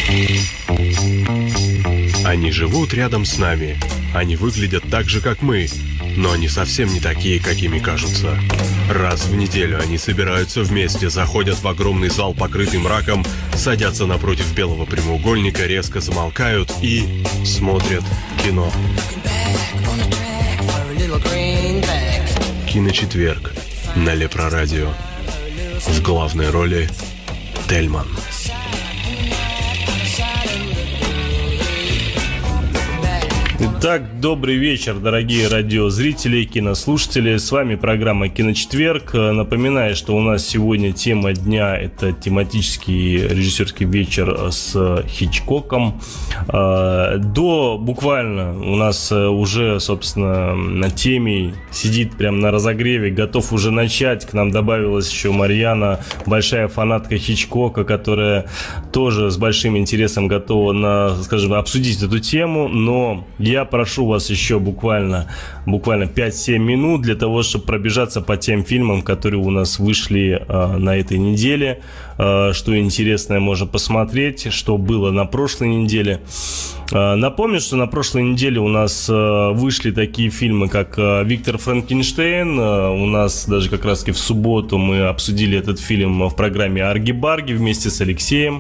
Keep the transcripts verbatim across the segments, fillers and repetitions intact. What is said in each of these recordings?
Они живут рядом с нами. Они выглядят так же, как мы. Но они совсем не такие, какими кажутся. Раз в неделю они собираются вместе, заходят в огромный зал, покрытый мраком, садятся напротив белого прямоугольника, резко замолкают и смотрят кино. Киночетверг на Лепрорадио. В главной роли Тельман. Итак, добрый вечер, дорогие радиозрители, кинослушатели. С вами программа «Киночетверг». Напоминаю, что у нас сегодня тема дня – это тематический режиссерский вечер с Хичкоком. До буквально у нас уже, собственно, на теме сидит прямо на разогреве, готов уже начать. К нам добавилась еще Марьяна, большая фанатка Хичкока, которая тоже с большим интересом готова, на, скажем, обсудить эту тему, но я прошу вас еще буквально, буквально пять-семь минут для того, чтобы пробежаться по тем фильмам, которые у нас вышли э, на этой неделе, э, что интересное можно посмотреть, что было на прошлой неделе. Э, напомню, что на прошлой неделе у нас э, вышли такие фильмы, как э, «Виктор Франкенштейн». Э, у нас даже как раз-таки в субботу мы обсудили этот фильм в программе «Арги-барги» вместе с Алексеем.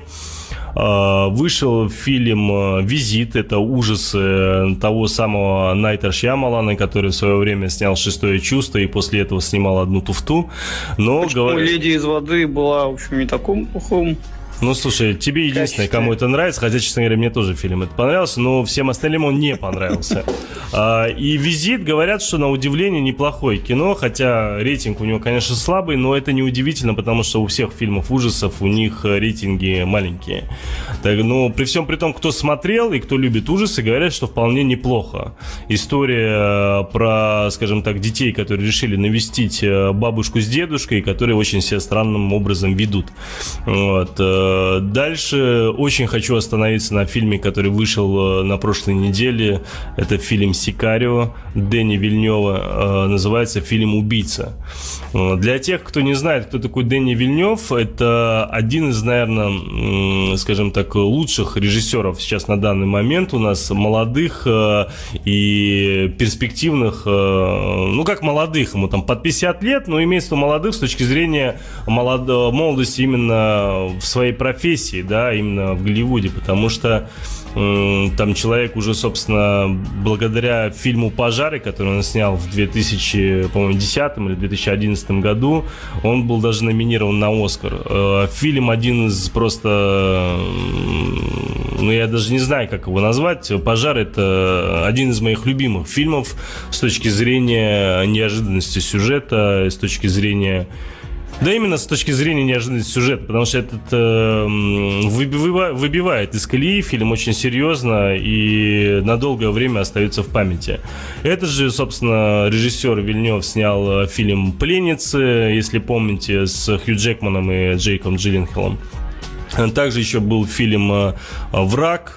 Вышел фильм «Визит». Это ужасы того самого Найта Шьямалана, который в свое время снял «Шестое чувство» и после этого снимал «Одну туфту». Но Почему говорят... «Леди из воды» была, в общем, не таком плохом. Ну, слушай, тебе единственное, кому это нравится, хотя, честно говоря, мне тоже фильм это понравился, но всем остальным он не понравился. И «Визит», говорят, что на удивление неплохое кино, хотя рейтинг у него, конечно, слабый, но это не удивительно, потому что у всех фильмов ужасов у них рейтинги маленькие. Так, ну, при всем при том, кто смотрел и кто любит ужасы, говорят, что вполне неплохо. История про, скажем так, детей, которые решили навестить бабушку с дедушкой, которые очень себя странным образом ведут. Вот. Дальше очень хочу остановиться на фильме, который вышел на прошлой неделе. Это фильм «Сикарио» Дэни Вильнёва. Называется фильм «Убийца». Для тех, кто не знает, кто такой Дэни Вильнёв, это один из, наверное, скажем так, лучших режиссеров сейчас на данный момент у нас, молодых и перспективных, ну как молодых, ему там под пятьдесят лет, но имеется в виду молодых с точки зрения молод... молодости именно в своей профессии, да, именно в Голливуде, потому что э, там человек уже, собственно, благодаря фильму «Пожары», который он снял в две тысячи десятом или две тысячи одиннадцатом году, он был даже номинирован на «Оскар». Э, фильм один из просто, э, ну я даже не знаю, как его назвать. «Пожар» — это один из моих любимых фильмов с точки зрения неожиданности сюжета, с точки зрения Да именно с точки зрения неожиданности сюжета, потому что этот э, выбива, выбивает из колеи, фильм очень серьезно и на долгое время остается в памяти. Этот же, собственно, режиссер Вильнёв снял фильм «Пленницы», если помните, с Хью Джекманом и Джейком Джилленхолом. Также еще был фильм «Враг»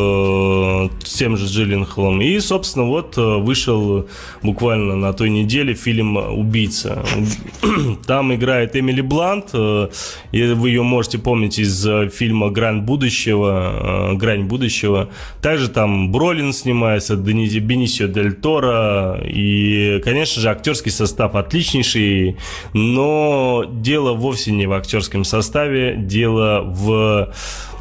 с тем же Джилленхолом. И, собственно, вот вышел буквально на той неделе фильм «Убийца». Там играет Эмили Блант. И вы ее можете помнить из фильма «Грань будущего». «Грань будущего». Также там Бролин снимается, Бенисио дель Торо. И, конечно же, актерский состав отличнейший. Но дело вовсе не в актерском составе. Дело в в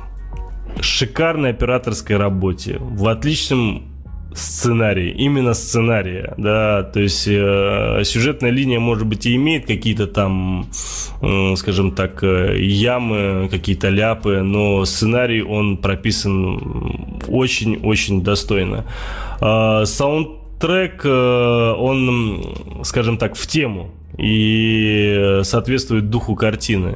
шикарной операторской работе, в отличном сценарии, именно сценария, да, то есть э, сюжетная линия, может быть, и имеет какие-то там, э, скажем так, ямы, какие-то ляпы, но сценарий, он прописан очень-очень достойно. Э, саундтрек, э, он, скажем так, в тему и соответствует духу картины.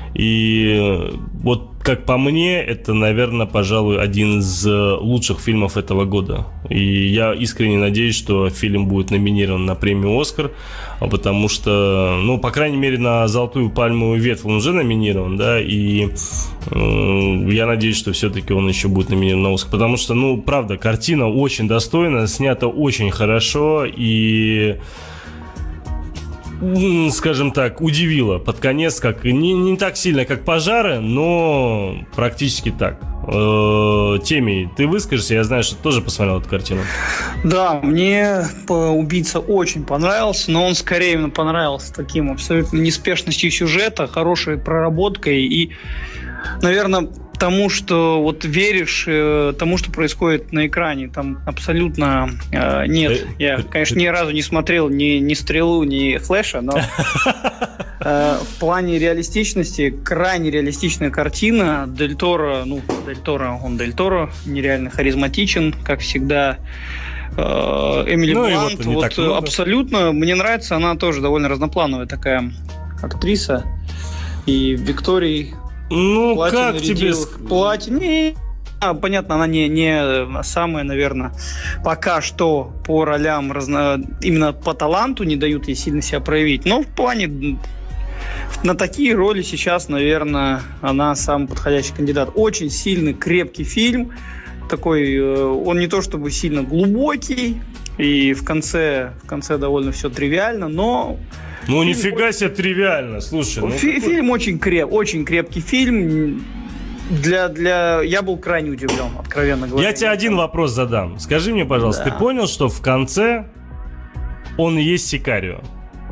И вот, как по мне, это, наверное, пожалуй, один из лучших фильмов этого года. И я искренне надеюсь, что фильм будет номинирован на премию «Оскар», потому что, ну, по крайней мере, на «Золотую пальмовую ветвь» он уже номинирован, да, и э, я надеюсь, что все-таки он еще будет номинирован на «Оскар», потому что, ну, правда, картина очень достойна, снята очень хорошо, и скажем так, удивило под конец, как не, не так сильно, как «Пожары», но практически так. Теми, ты выскажешься, я знаю, что ты тоже посмотрел эту картину. Да, мне «Убийца» очень понравился, но он скорее именно понравился таким абсолютно неспешностью сюжета, хорошей проработкой и, наверное, тому, что вот веришь э, тому, что происходит на экране. Там абсолютно э, нет. Я, конечно, ни разу не смотрел ни, ни «Стрелу», ни «Флэша», но э, в плане реалистичности крайне реалистичная картина. Дель Торо, ну, Дель Торо, он Дель Торо, нереально харизматичен, как всегда. Эмили ну, Блант, вот, вот абсолютно, мне нравится, она тоже довольно разноплановая такая актриса. И Виктории Ну, как тебе... Платье. Не, а, понятно, она не, не самая, наверное, пока что по ролям, разно... именно по таланту не дают ей сильно себя проявить. Но в плане... На такие роли сейчас, наверное, она самый подходящий кандидат. Очень сильный, крепкий фильм. Такой, он не то чтобы сильно глубокий. И в конце, в конце довольно все тривиально, но... Ну, нифига себе тривиально, слушай. Ну, Фи- какой... Фильм очень, креп, очень крепкий фильм. Для, для... Я был крайне удивлен, откровенно говоря. Я тебе один вопрос задам. Скажи мне, пожалуйста, да. Ты понял, что в конце он и есть Сикарио?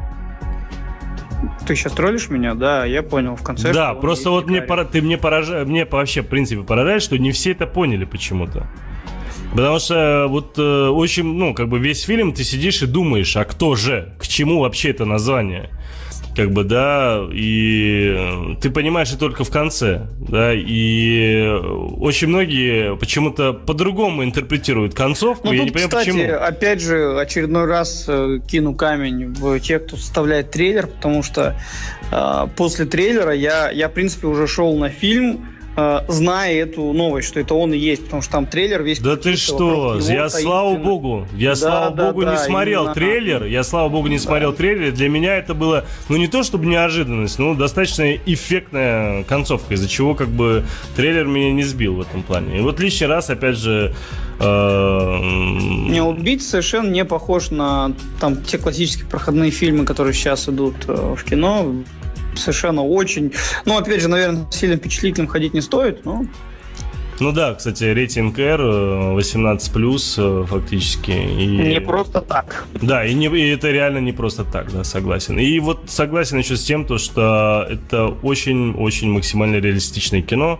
Ты сейчас троллишь меня? Да, я понял в конце. Да, просто вот мне пора... ты мне поражаешь, мне вообще, в принципе, поражаешь, что не все это поняли почему-то. Потому что вот э, очень, ну, как бы весь фильм ты сидишь и думаешь, а кто же, к чему вообще это название? Как бы, да, и ты понимаешь это только в конце, да, и очень многие почему-то по-другому интерпретируют концовку, ну, я тут, не понимаю, кстати, почему. Опять же, очередной раз э, кину камень в тех, кто составляет трейлер, потому что э, после трейлера я, я, в принципе, уже шел на фильм, зная эту новость, что это он и есть, потому что там трейлер весь... Да ты что, я, слава богу, я, да, слава да, богу, да, не смотрел именно... трейлер, я, слава богу, не да. смотрел трейлер, для меня это было, ну, не то чтобы неожиданность, но достаточно эффектная концовка, из-за чего, как бы, трейлер меня не сбил в этом плане. И вот лишний раз, опять же... Э... Не, «Убийца» совершенно не похож на, там, те классические проходные фильмы, которые сейчас идут э, в кино. Совершенно очень... Ну, опять же, наверное, сильно впечатлительным ходить не стоит, но... Ну да, кстати, рейтинг R восемнадцать плюс фактически. И... Не просто так. Да, и, не, и это реально не просто так, да, согласен. И вот согласен еще с тем, то, что это очень-очень максимально реалистичное кино,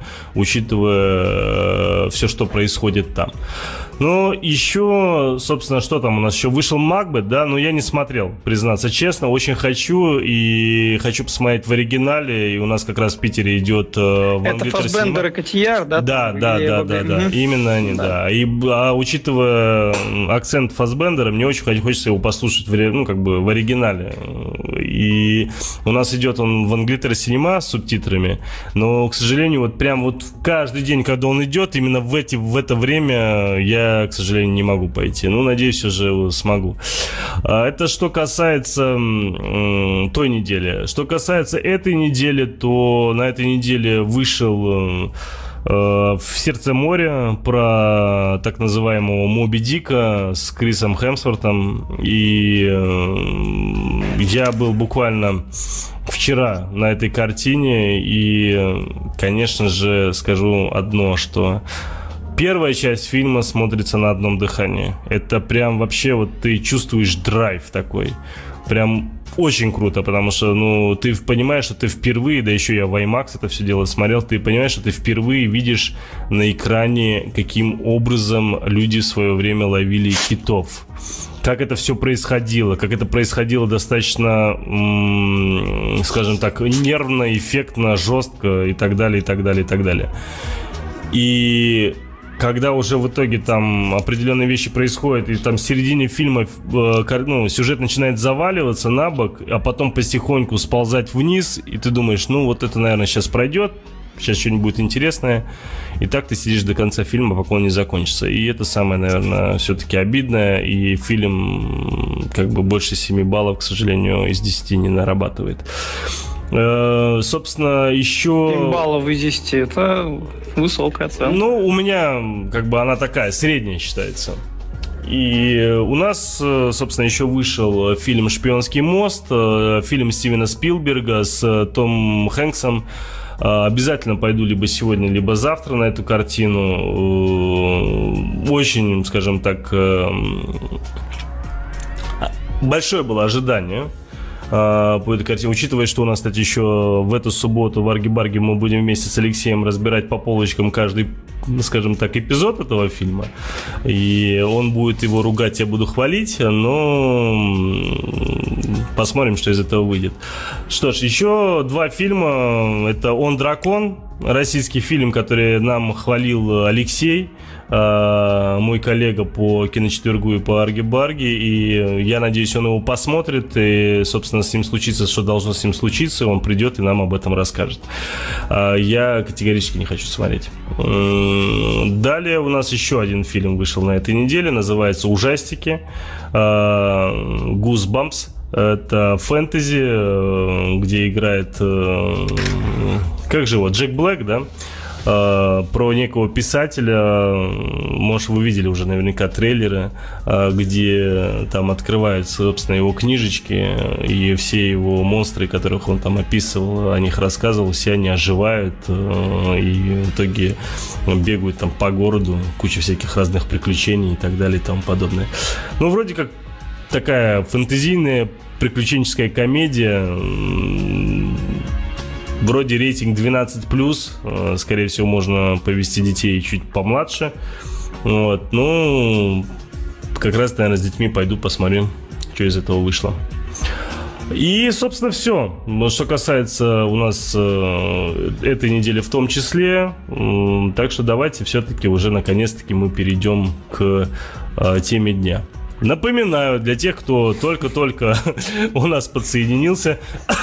учитывая все, что происходит там. Ну, еще, собственно, что там у нас еще? Вышел «Макбет», да, но я не смотрел, признаться честно. Очень хочу, и хочу посмотреть в оригинале. И у нас как раз в Питере идет... Э, это Фассбендер и Котияр, да? Да, да, да, да, да, mm-hmm. именно они, да. да. И, а учитывая акцент Фассбендера, мне очень хочется его послушать в, ну, как бы в оригинале. И у нас идет он в Англитер Синема с субтитрами, но, к сожалению, вот прям вот каждый день, когда он идет, именно в, эти, в это время я, к сожалению, не могу пойти. Ну, надеюсь, уже смогу. Это что касается м, той недели. Что касается этой недели, то на этой неделе вышел... в «Сердце моря» про так называемого Моби Дика с Крисом Хемсвортом. И я был буквально вчера на этой картине. И, конечно же, скажу одно, что первая часть фильма смотрится на одном дыхании. Это прям вообще вот ты чувствуешь драйв такой. Прям очень круто, потому что, ну, ты понимаешь, что ты впервые, да еще я в IMAX это все дело смотрел, ты понимаешь, что ты впервые видишь на экране, каким образом люди в свое время ловили китов. Как это все происходило, как это происходило достаточно, м- скажем так, нервно, эффектно, жестко и так далее, и так далее, и так далее. И... когда уже в итоге там определенные вещи происходят, и там в середине фильма э, ну, сюжет начинает заваливаться на бок, а потом потихоньку сползать вниз, и ты думаешь, ну вот это, наверное, сейчас пройдет, сейчас что-нибудь будет интересное, и так ты сидишь до конца фильма, пока он не закончится. И это самое, наверное, все-таки обидное, и фильм как бы больше семи баллов, к сожалению, из десяти не нарабатывает. Э, собственно, еще... семь баллов из десяти, это высокая оценка. Ну, у меня, как бы, она такая, средняя считается. И у нас, собственно, еще вышел фильм «Шпионский мост», фильм Стивена Спилберга с Томом Хэнксом. Обязательно пойду либо сегодня, либо завтра на эту картину. Очень, скажем так, большое было ожидание по этой картине, учитывая, что у нас, кстати, еще в эту субботу в Арги-Барги мы будем вместе с Алексеем разбирать по полочкам каждый, скажем так, эпизод этого фильма, и он будет его ругать, я буду хвалить, но посмотрим, что из этого выйдет. Что ж, еще два фильма. Это «Он дракон», российский фильм, который нам хвалил Алексей, мой коллега по киночетвергу и по Арги-Барги, и я надеюсь, он его посмотрит, и, собственно, с ним случится, что должно с ним случиться, он придет и нам об этом расскажет. Я категорически не хочу смотреть. Далее у нас еще один фильм вышел на этой неделе, называется «Ужастики», «Goosebumps». Это фэнтези, где играет, как же его, Джек Блэк, да? Про некого писателя, может, вы видели уже наверняка трейлеры, где там открываются, собственно, его книжечки, и все его монстры, которых он там описывал, о них рассказывал, все они оживают, и в итоге бегают там по городу, куча всяких разных приключений и так далее и тому подобное. Ну, вроде как такая фэнтезийная приключенческая комедия. Вроде рейтинг двенадцать плюс. Скорее всего, можно повести детей чуть помладше. Вот. Ну, как раз, наверное, с детьми пойду посмотрю, что из этого вышло. И, собственно, все. Что касается у нас э, этой недели в том числе. Э, так что давайте все-таки уже наконец-таки мы перейдем к э, теме дня. Напоминаю, для тех, кто только-только у нас подсоединился,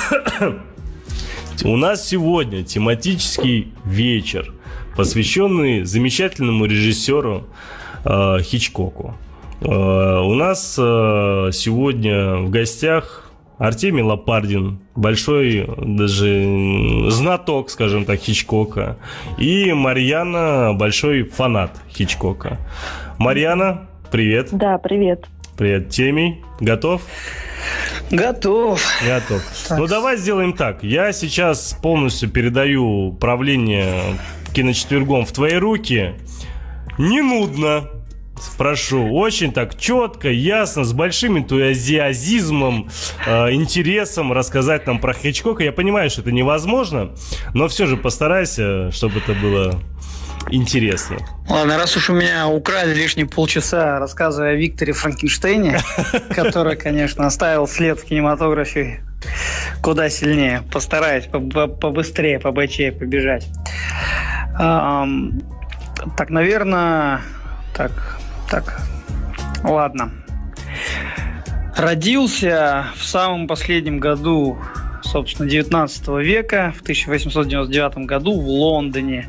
у нас сегодня тематический вечер, посвященный замечательному режиссеру э, Хичкоку. Э, у нас э, сегодня в гостях Артемий Лопардин, большой даже знаток, скажем так, Хичкока, и Марьяна, большой фанат Хичкока. Марьяна, привет. Да, привет. Привет, Темий. Готов? Готов. Готов. Так. Ну, давай сделаем так. Я сейчас полностью передаю правление киночетвергом в твои руки. Не нудно. Прошу, очень так четко, ясно, с большим энтузиазмом, э, интересом рассказать нам про Хичкока. Я понимаю, что это невозможно, но все же постарайся, чтобы это было интересно. Ладно, раз уж у меня украли лишние полчаса, рассказывая о Викторе Франкенштейне, который, конечно, оставил след в кинематографе куда сильнее. Постараюсь побыстрее, побойчее побежать. Так, наверное... Так, так, ладно. Родился в самом последнем году, собственно, девятнадцатого века, в тысяча восемьсот девяносто девятом году в Лондоне.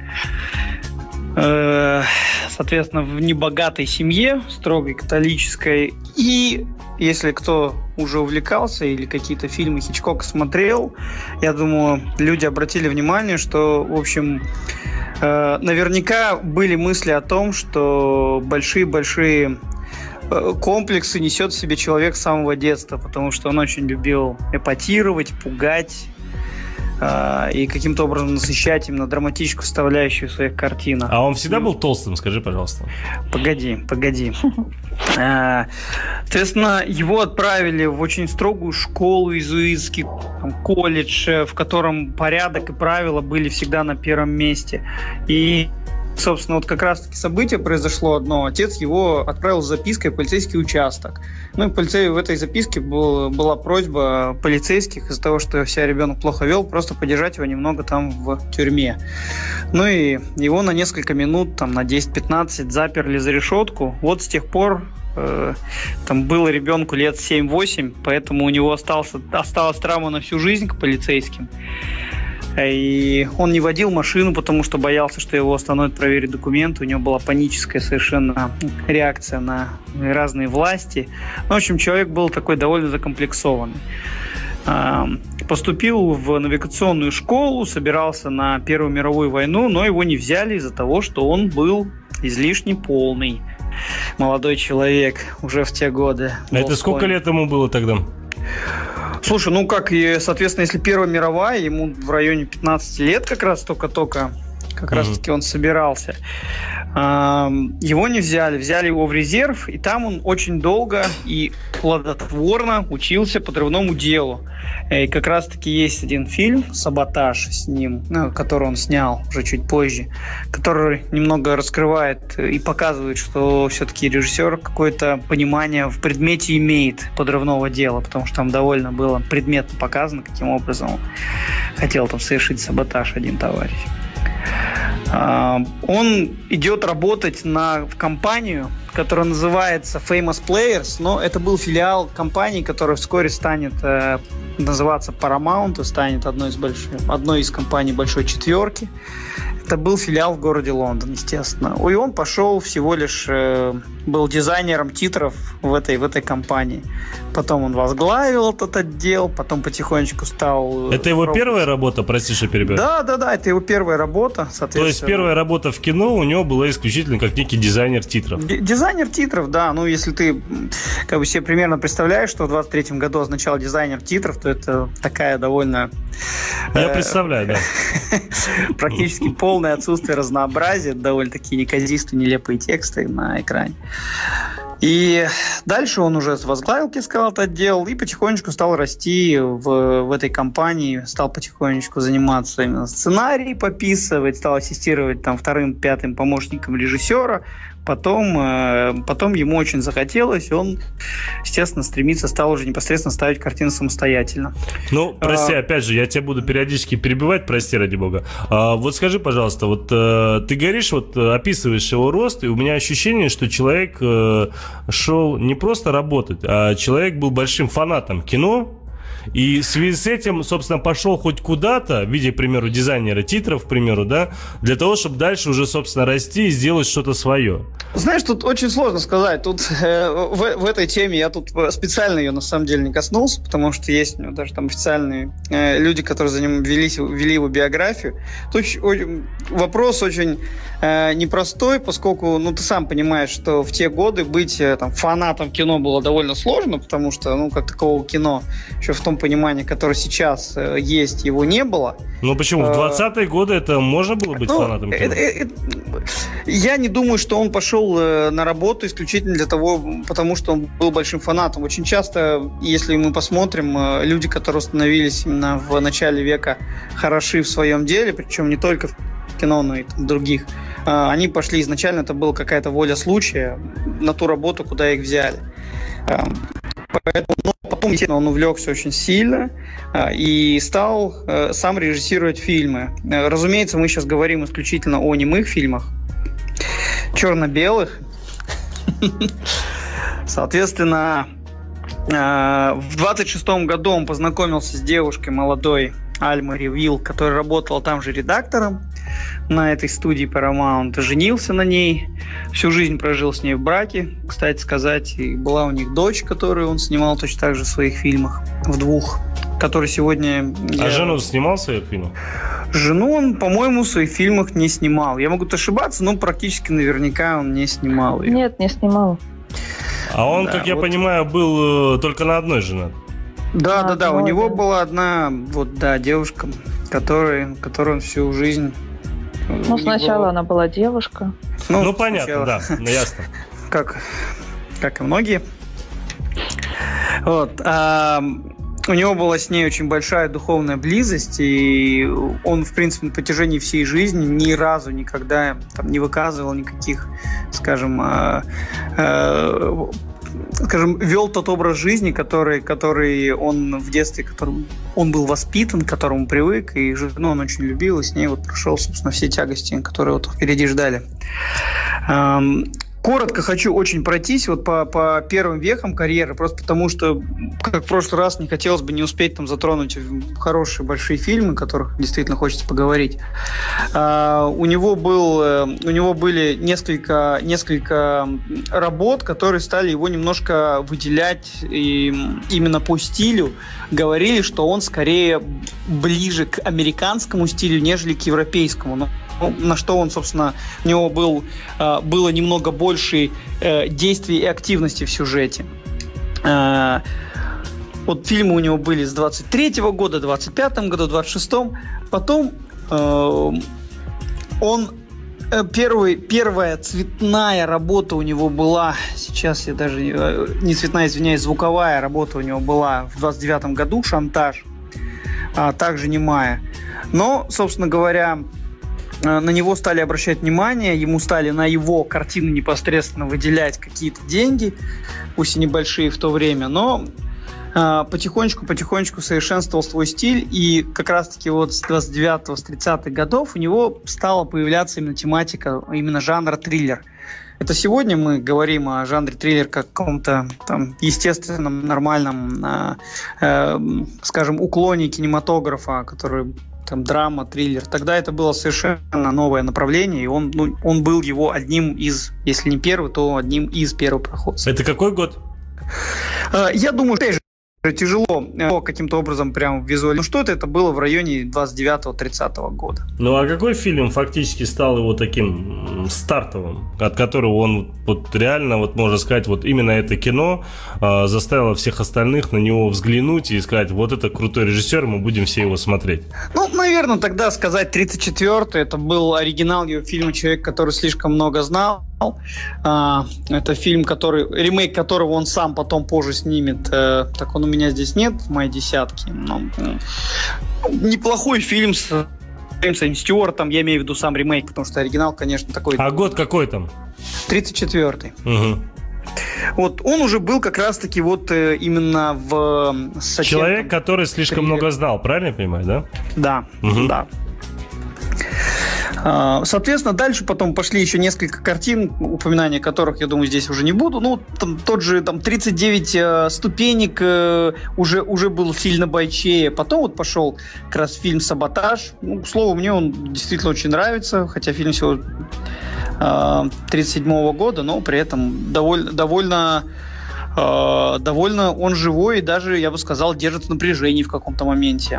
Соответственно, в небогатой семье, строгой католической. И если кто уже увлекался или какие-то фильмы Хичкока смотрел, я думаю, люди обратили внимание, что, в общем, наверняка были мысли о том, что большие-большие комплексы несет в себе человек с самого детства, потому что он очень любил эпатировать, пугать и каким-то образом насыщать именно драматическую составляющую своих картинах. А он всегда был толстым, скажи, пожалуйста. Погоди, погоди. Соответственно, его отправили в очень строгую школу, иезуитский колледж, в котором порядок и правила были всегда на первом месте. И, собственно, вот как раз-таки событие произошло одно. Отец его отправил с запиской в полицейский участок. Ну и полицей, в этой записке был, была просьба полицейских из-за того, что себя ребенок плохо вел, просто подержать его немного там в тюрьме. Ну и его на несколько минут, там на десять-пятнадцать заперли за решетку. Вот с тех пор э, там было ребенку лет семь-восемь, поэтому у него остался, осталась травма на всю жизнь к полицейским. И он не водил машину, потому что боялся, что его остановят проверить документы. У него была паническая совершенно реакция на разные власти. В общем, человек был такой довольно закомплексованный. Поступил в навигационную школу, собирался на Первую мировую войну, но его не взяли из-за того, что он был излишне полный. молодой человек уже в те годы. А это сколько лет ему было тогда? Слушай, ну как, и, соответственно, если Первая мировая, ему в районе пятнадцать лет как раз только-только, как mm-hmm. раз-таки он собирался. Его не взяли, взяли его в резерв, и там он очень долго и плодотворно учился подрывному делу. И как раз-таки есть один фильм «Саботаж» с ним, который он снял уже чуть позже, который немного раскрывает и показывает, что все-таки режиссер какое-то понимание в предмете имеет подрывного дела, потому что там довольно было предметно показано, каким образом он хотел там совершить саботаж один товарищ. Он идет работать на, в компанию, которая называется Famous Players, но это был филиал компании, которая вскоре станет э, называться Paramount, и станет одной из, больших, одной из компаний большой четверки. Это был филиал в городе Лондон, естественно. И он пошел всего лишь, э, был дизайнером титров в этой, в этой компании. Потом он возглавил этот отдел, потом потихонечку стал... Это его работать. Первая работа, прости, что перебиваю? Да, да, да, это его первая работа, соответственно. То есть первая работа в кино у него была исключительно как некий дизайнер титров? Д- дизайнер титров, да. Ну, если ты как бы себе примерно представляешь, что в двадцать третьем году означал дизайнер титров, то это такая довольно... Я представляю, да. Практически полное отсутствие разнообразия, довольно-таки неказистые, нелепые тексты на экране. И дальше он уже возглавил, как я сказал, этот отдел и потихонечку стал расти в, в этой компании, стал потихонечку заниматься именно сценарием, пописывать, стал ассистировать там вторым, пятым помощником режиссера. Потом, э, потом ему очень захотелось, и он, естественно, стремится, стал уже непосредственно ставить картины самостоятельно. Ну, прости, а, опять же, я тебя буду периодически перебивать, прости, ради бога. А, вот скажи, пожалуйста, вот э, ты говоришь, вот описываешь его рост, и у меня ощущение, что человек э, шел не просто работать, а человек был большим фанатом кино. И в связи с этим, собственно, пошел хоть куда-то, в виде, к примеру, дизайнера титров, к примеру, да, для того, чтобы дальше уже, собственно, расти и сделать что-то свое. Знаешь, тут очень сложно сказать. Тут э, в, в этой теме я тут специально ее, на самом деле, не коснулся, потому что есть у него даже там официальные э, люди, которые за ним вели, вели его биографию. Тут очень, вопрос очень э, непростой, поскольку, ну, ты сам понимаешь, что в те годы быть э, там, фанатом кино было довольно сложно, потому что, ну, как такового кино еще в том понимании, которое сейчас э, есть, его не было. Ну почему? В двадцатые годы это можно было быть ну, фанатом кино? Это, это, я не думаю, что он пошел э, на работу исключительно для того, потому что он был большим фанатом. Очень часто, если мы посмотрим, э, люди, которые становились именно в начале века хороши в своем деле, причем не только в кино, но и там, в других, э, они пошли изначально, это была какая-то воля случая на ту работу, куда их взяли. Э, поэтому, ну, потом, естественно, он увлекся очень сильно э, и стал э, сам режиссировать фильмы. Э, разумеется, мы сейчас говорим исключительно о немых фильмах, черно-белых. Соответственно, э, в двадцать шестом году он познакомился с девушкой молодой Альмари Вилл, которая работала там же редактором на этой студии Paramount, женился на ней, всю жизнь прожил с ней в браке, кстати сказать, и была у них дочь, которую он снимал точно так же в своих фильмах, в двух, которые сегодня... А я... жену снимал в своих фильмах? Жену он, по-моему, в своих фильмах не снимал. Я могу ошибаться, но практически наверняка он не снимал ее. Нет, не снимал. А он, да, как я вот... понимаю, был только на одной жене. Да, да, да, да. У него была одна, вот, да, девушка, которой, которую он всю жизнь... Ну, сначала него... она была девушка. Ну, ну понятно, да, ну, ясно. Как, как и многие. Вот. А, у него была с ней очень большая духовная близость, и он, в принципе, на протяжении всей жизни ни разу никогда там, не выказывал никаких, скажем, а, а, скажем, вел тот образ жизни, который, который он в детстве, которым он был воспитан, к которому привык, и жену он очень любил, и с ней вот прошел, собственно, все тягости, которые вот впереди ждали. Коротко хочу очень пройтись вот по, по первым вехам карьеры, просто потому что, как в прошлый раз, не хотелось бы не успеть там затронуть хорошие большие фильмы, о которых действительно хочется поговорить. Uh, у него был, у него были несколько, несколько работ, которые стали его немножко выделять и именно по стилю. Говорили, что он скорее ближе к американскому стилю, нежели к европейскому. Но на что он, собственно, у него был, было немного больше действий и активности в сюжете. Вот фильмы у него были с двадцать третьего года, двадцать пятом году, двадцать шестом. Потом он... Первый, первая цветная работа у него была, сейчас я даже не цветная, извиняюсь, звуковая работа у него была в двадцать девятом году, «Шантаж», а также немая. Но, собственно говоря, на него стали обращать внимание, ему стали на его картины непосредственно выделять какие-то деньги, пусть и небольшие в то время, но потихонечку-потихонечку совершенствовал свой стиль, и как раз-таки вот с двадцать девятого, с тридцатых годов у него стала появляться именно тематика, именно жанра триллер. Это сегодня мы говорим о жанре триллер как каком-то там естественном, нормальном, э, э, скажем, уклоне кинематографа, который там драма, триллер. Тогда это было совершенно новое направление, и он, ну, он был его одним из, если не первый, то одним из первопроходцев. Это какой год? Э, я думаю, что тяжело каким-то образом прям визуально. Ну что это? Это было в районе двадцать девятого тридцатого года. Ну а какой фильм фактически стал его таким стартовым, от которого он вот реально, вот можно сказать, вот именно это кино э, заставило всех остальных на него взглянуть и сказать, вот это крутой режиссер, мы будем все его смотреть? Ну, наверное, тогда сказать тридцать четвёртый. Это был оригинал его фильма «Человек, который слишком много знал». Это фильм, который, ремейк которого он сам потом позже снимет. Так он у меня здесь нет в моей десятке. Но, неплохой фильм с Джеймсом Стюартом. Я имею в виду сам ремейк, потому что оригинал, конечно, такой. А год какой там? тридцать четвёртый. Угу. Вот он уже был как раз-таки вот именно в... Человек, который слишком триллер. Много знал, правильно я понимаю, да? Да, угу. Да. Соответственно, дальше потом пошли еще несколько картин, упоминания которых, я думаю, здесь уже не буду. Ну, там, тот же там, тридцать девять э, ступенек э, уже, уже был сильно бойчее. Потом вот пошел как раз фильм «Саботаж». Ну, к слову, мне он действительно очень нравится, хотя фильм всего э, тридцать седьмого года, но при этом довольно, довольно, э, довольно он живой и даже, я бы сказал, держит в напряжении в каком-то моменте.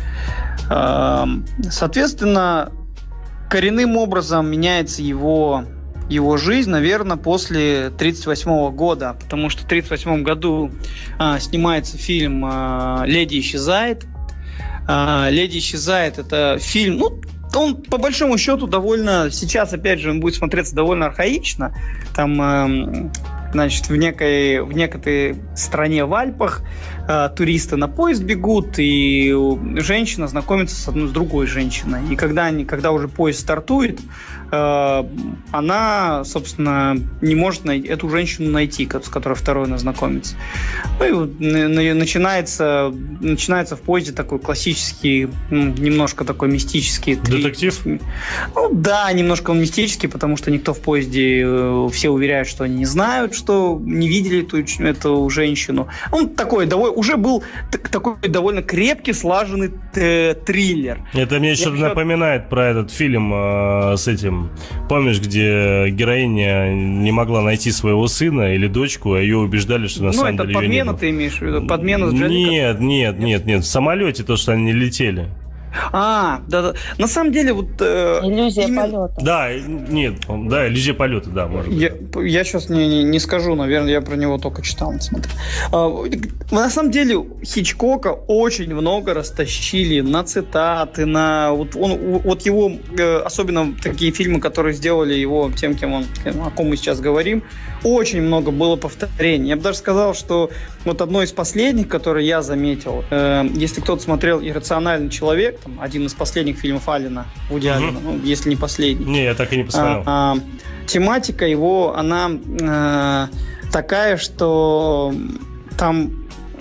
Э, соответственно, коренным образом меняется его, его жизнь, наверное, после тридцать восьмого года, потому что в тридцать восьмом году а, снимается фильм а, «Леди исчезает». А, «Леди исчезает» — это фильм, ну, он по большому счету довольно, сейчас, опять же, он будет смотреться довольно архаично. Там, а, значит, в некой, в некой стране в Альпах э, туристы на поезд бегут, и женщина знакомится с одной, с другой женщиной. И когда, они, когда уже поезд стартует, э, она, собственно, не может найти, эту женщину найти, с которой второй она знакомится. Ну и вот начинается, начинается в поезде такой классический, немножко такой мистический... Детектив? Ну да, немножко он мистический, потому что никто в поезде, э, все уверяют, что они не знают, что не видели эту, эту женщину. Он такой, довольно, уже был т- такой довольно крепкий, слаженный т- триллер. Это мне что-то еще... напоминает про этот фильм э, с этим. Помнишь, где героиня не могла найти своего сына или дочку, а ее убеждали, что на ну, самом деле... Ну, это подмена ты имеешь в виду? Подмена с Дженни? Нет, нет, нет, нет. В самолете то, что они летели. А, да, да. На самом деле, вот... Э, иллюзия именно... полета. Да, нет, да, иллюзия полета, да, может быть. Я, я сейчас не, не, не скажу, наверное, я про него только читал, не смотрел. А, на самом деле, Хичкока очень много растащили на цитаты, на... Вот, он, вот его, особенно такие фильмы, которые сделали его тем, кем он, о ком мы сейчас говорим, очень много было повторений. Я бы даже сказал, что вот одно из последних, которое я заметил, э, если кто-то смотрел «Иррациональный человек», там, один из последних фильмов Аллена, Вуди Аллена, mm-hmm. ну, если не последний. Не, я так и не посмотрел. А, а, тематика его, она а, такая, что там...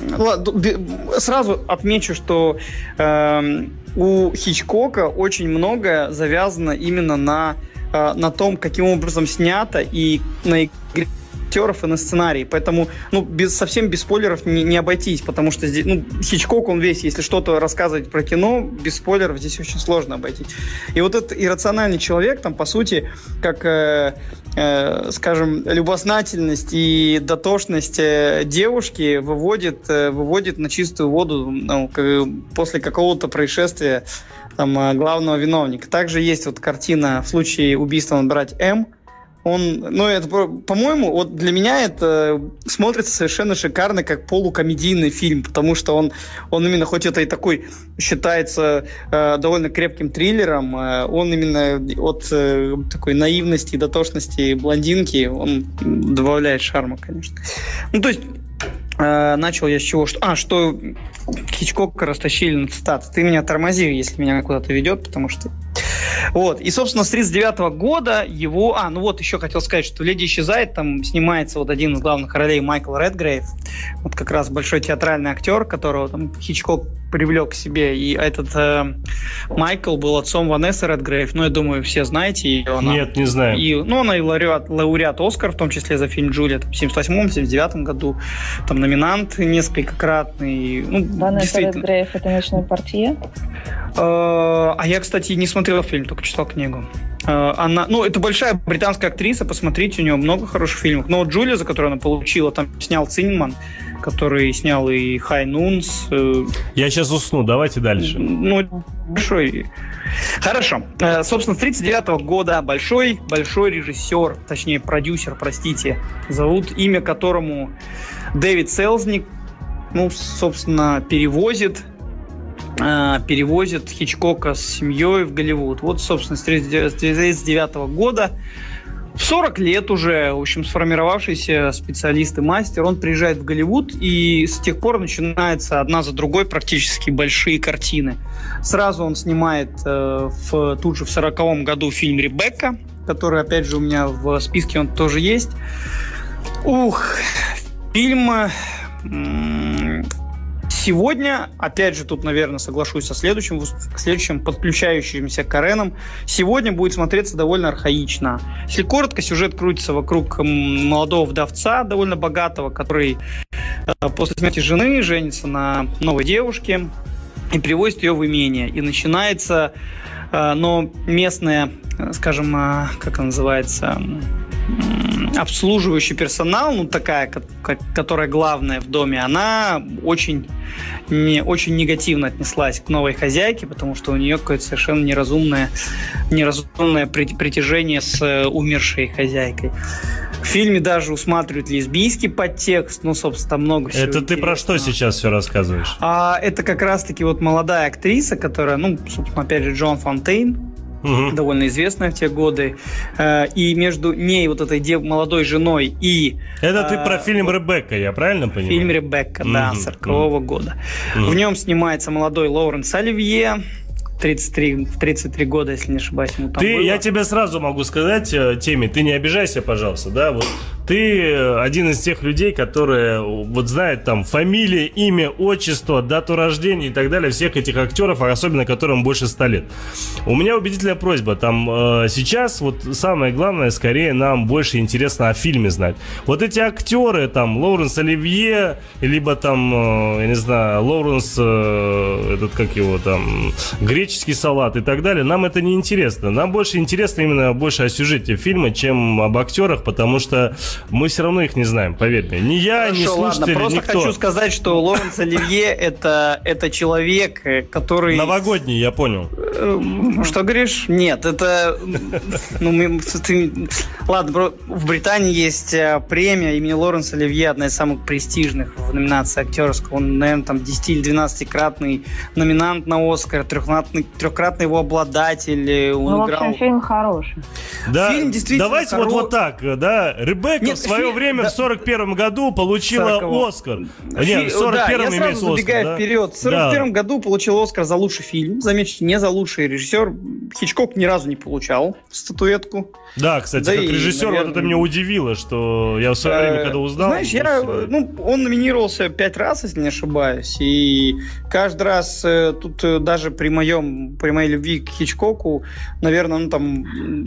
Сразу отмечу, что а, у Хичкока очень многое завязано именно на, а, на том, каким образом снято и на игре актеров и на сценарий. Поэтому ну, без, совсем без спойлеров не, не обойтись, потому что здесь, ну, Хичкок, он весь, если что-то рассказывать про кино, без спойлеров здесь очень сложно обойтись. И вот этот «Иррациональный человек», там, по сути, как, э, э, скажем, любознательность и дотошность э, девушки выводит, э, выводит на чистую воду ну, к, после какого-то происшествия там, главного виновника. Также есть вот картина в случае убийства надо брать М. Он, ну, это, по-моему, вот для меня это смотрится совершенно шикарно, как полукомедийный фильм, потому что он, он именно, хоть это и такой считается э, довольно крепким триллером, э, он именно от э, такой наивности и дотошности блондинки, он добавляет шарма, конечно. Ну, то есть, э, начал я с чего? Что, а, что Хичкока растащили на цитаты. Ты меня тормози, если меня куда-то ведет, потому что... Вот. И, собственно, с тридцать девятого года его... А, ну вот, еще хотел сказать, что «Леди исчезает», там снимается вот один из главных ролей Майкл Редгрейв, вот как раз большой театральный актер, которого там Хичкок привлек к себе, и этот э, Майкл был отцом Ванессы Редгрейв, ну, я думаю, все знаете ее. Она, Нет, не знаю. И, ну, она и лауреат, лауреат Оскар, в том числе за фильм «Джулия», там, в семьдесят восьмом — семьдесят девятом году, там, номинант несколькократный. Ну, Ванесса Редгрейв — это «Ночной портье»? А я, кстати, не смотрел фильм, только читал книгу. Она, ну, это большая британская актриса, посмотрите, у нее много хороших фильмов. Но вот Джулия, за которую она получила, там снял Цинман, который снял и High Noons. Я сейчас усну, давайте дальше. Ну, большой. Хорошо. Собственно, с тридцать девятого года большой, большой режиссер, точнее, продюсер, простите, зовут, имя которому Дэвид Селзник, ну, собственно, перевозит перевозит Хичкока с семьей в Голливуд. Вот, собственно, с тридцать девятого года, в сорок лет уже, в общем, сформировавшийся специалист и мастер, он приезжает в Голливуд, и с тех пор начинается одна за другой практически большие картины. Сразу он снимает э, в, тут же в сороковом году фильм «Ребекка», который, опять же, у меня в списке он тоже есть. Ух, фильм... М- Сегодня, опять же, тут, наверное, соглашусь со следующим, следующим подключающимся Кареном, сегодня будет смотреться довольно архаично. Если коротко, сюжет крутится вокруг молодого вдовца, довольно богатого, который после смерти жены женится на новой девушке и привозит ее в имение. И начинается, но местная, скажем, как она называется... обслуживающий персонал, ну такая, как, которая главная в доме, она очень, не, очень негативно отнеслась к новой хозяйке, потому что у нее какое-то совершенно неразумное, неразумное притяжение с умершей хозяйкой. В фильме даже усматривают лесбийский подтекст, ну, собственно, там много всего. Это ты про что сейчас все рассказываешь? А, это как раз-таки вот молодая актриса, которая, ну, собственно, опять же, Джон Фонтейн, угу. довольно известная в те годы, и между ней, вот этой дев- молодой женой и... Это ты э, про фильм «Ребекка», я правильно понимаю? Фильм «Ребекка», угу. да, сорокового угу. года. Угу. В нем снимается молодой Лоуренс Оливье, тридцать три, тридцать три года, если не ошибаюсь, ему там ты, было. Я тебе сразу могу сказать, Теми, ты не обижайся, пожалуйста, да, вот ты один из тех людей, которые вот знают там фамилия, имя, отчество, дату рождения и так далее всех этих актеров, особенно которым больше ста лет. У меня убедительная просьба, там э, сейчас вот самое главное, скорее нам больше интересно о фильме знать. Вот эти актеры, там, Лоуренс Оливье, либо там, э, я не знаю, Лоуренс, э, этот, как его там, греческий салат и так далее, нам это не интересно. Нам больше интересно именно больше о сюжете фильма, чем об актерах, потому что мы все равно их не знаем, поверь мне. Ни я, Хорошо, ни слушатели, ладно, просто никто. хочу сказать, что Лоуренс Оливье это, это человек, который... Новогодний, я понял. Что говоришь? Нет, это... Ну, ты... Ладно, в Британии есть премия имени Лоуренса Оливье, одна из самых престижных в номинации актерского. Он, наверное, там десяти- или двенадцатикратный номинант на Оскар, трехкратный, трехкратный его обладатель. Он ну, играл... в общем, фильм хороший. Да, фильм действительно давайте хоро... вот, вот так, да. Ребекка Нет, в свое фильм... время да. в сорок первом году получила сороковом. Оскар. Фи... Нет, в сорок первом да, имеется Оскар. Забегая да? вперед. В сорок первом да. году получил Оскар за лучший фильм. Заметьте, не за лучший режиссер. Хичкок ни разу не получал статуэтку. Да, кстати, да как и, режиссер, наверное... вот это меня удивило, что я в свое время, когда узнал... Знаешь, я, ну, он номинировался пять раз, если не ошибаюсь, и каждый раз тут даже при моем, при моей любви к Хичкоку, наверное, ну, там,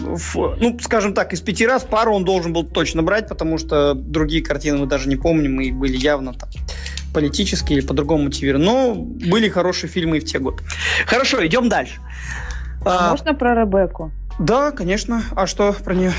в, ну, скажем так, из пяти раз пару он должен был точно брать, потому что другие картины мы даже не помним, и были явно там политические или по-другому мотивированы. Но были хорошие фильмы и в те годы. Хорошо, идем дальше. А, можно про Ребекку? Да, конечно. А что про нее?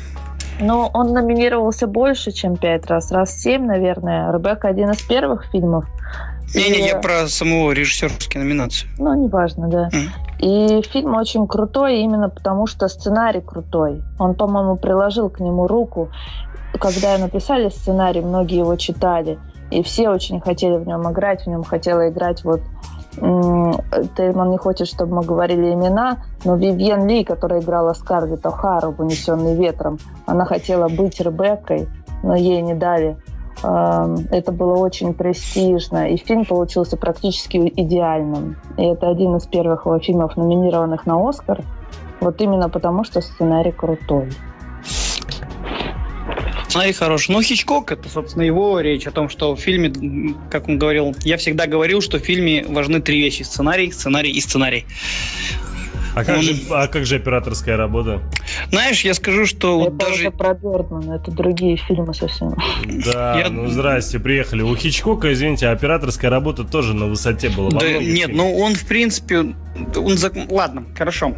Ну, он номинировался больше, чем пять раз. Раз семь, наверное. «Ребекка» — один из первых фильмов, Не-не, и... я про саму режиссерскую номинацию. Ну, неважно, да. Mm. И фильм очень крутой именно потому, что сценарий крутой. Он, по-моему, приложил к нему руку. Когда написали сценарий, многие его читали. И все очень хотели в нем играть. В нем хотела играть вот... Тельман не хочет, чтобы мы говорили имена, но Вивьен Ли, которая играла Скарлетт О'Хару в «Унесенный ветром», она хотела быть Ребеккой, но ей не дали. Это было очень престижно, и фильм получился практически идеальным. И это один из первых его фильмов, номинированных на «Оскар», вот именно потому, что сценарий крутой. Сценарий хороший. Ну, Хичкок, это, собственно, его речь о том, что в фильме, как он говорил, я всегда говорил, что в фильме важны три вещи: сценарий, сценарий и сценарий. А как, он... же, а как же операторская работа? Знаешь, я скажу, что это даже... Это про Бёрдмана, это другие фильмы совсем. Да, я... ну здрасте, приехали. У Хичкока, извините, операторская работа тоже на высоте была. Да, нет, ну он, в принципе... он зак... Ладно, хорошо.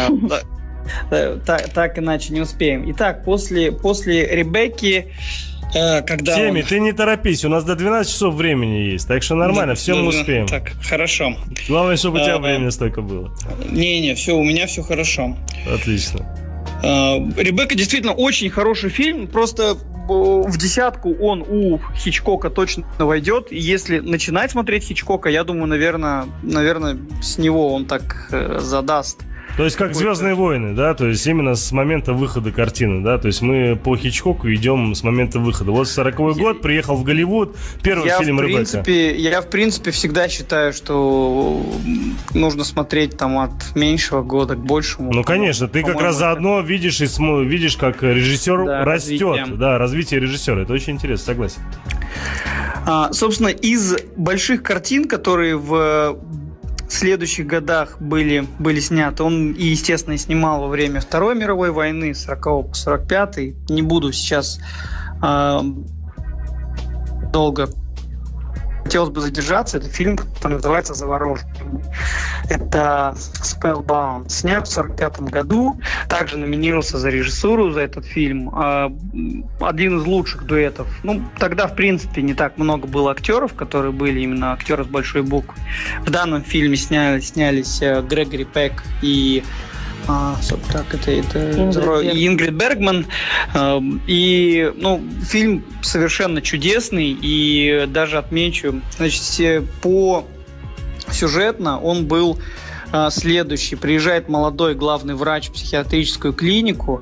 Так, так иначе не успеем. Итак, после, после Ребекки, э, когда Теми, он... ты не торопись, у нас до двенадцати часов времени есть, так что нормально, да, все да, мы успеем. Так, хорошо. Главное, чтобы у тебя а, времени столько было. Не-не, все, у меня все хорошо. Отлично. А, Ребекка действительно очень хороший фильм, просто в десятку он у Хичкока точно войдет. И если начинать смотреть Хичкока, я думаю, наверное, наверное с него он так э, задаст. То есть как «Звездные войны», да? То есть именно с момента выхода картины, да? То есть мы по Хичкоку идем с момента выхода. Вот сороковой год, приехал в Голливуд, первый я фильм в «Ребекка». Принципе, я, в принципе, всегда считаю, что нужно смотреть там от меньшего года к большему. Ну, конечно, ты как раз заодно видишь, и см... видишь, как режиссер да, растет. Развитие. Да, развитие режиссера. Это очень интересно, согласен. А, собственно, из больших картин, которые в... в следующих годах были, были сняты. Он, и, естественно, снимал во время Второй мировой войны с сорокового по сорок пятый. Не буду сейчас э, долго... Хотелось бы задержаться. Это фильм, который называется «Завороженный». Это Spellbound. Снят в сорок пятом году. Также номинировался за режиссуру за этот фильм. Один из лучших дуэтов. Ну, тогда, в принципе, не так много было актеров, которые были именно актеры с большой буквы. В данном фильме сняли, снялись Грегори Пек и А, так, это, это Ингрид, Ингрид Бергман. И, ну, фильм совершенно чудесный. И даже отмечу, значит, по сюжетно он был следующий. Приезжает молодой главный врач в психиатрическую клинику,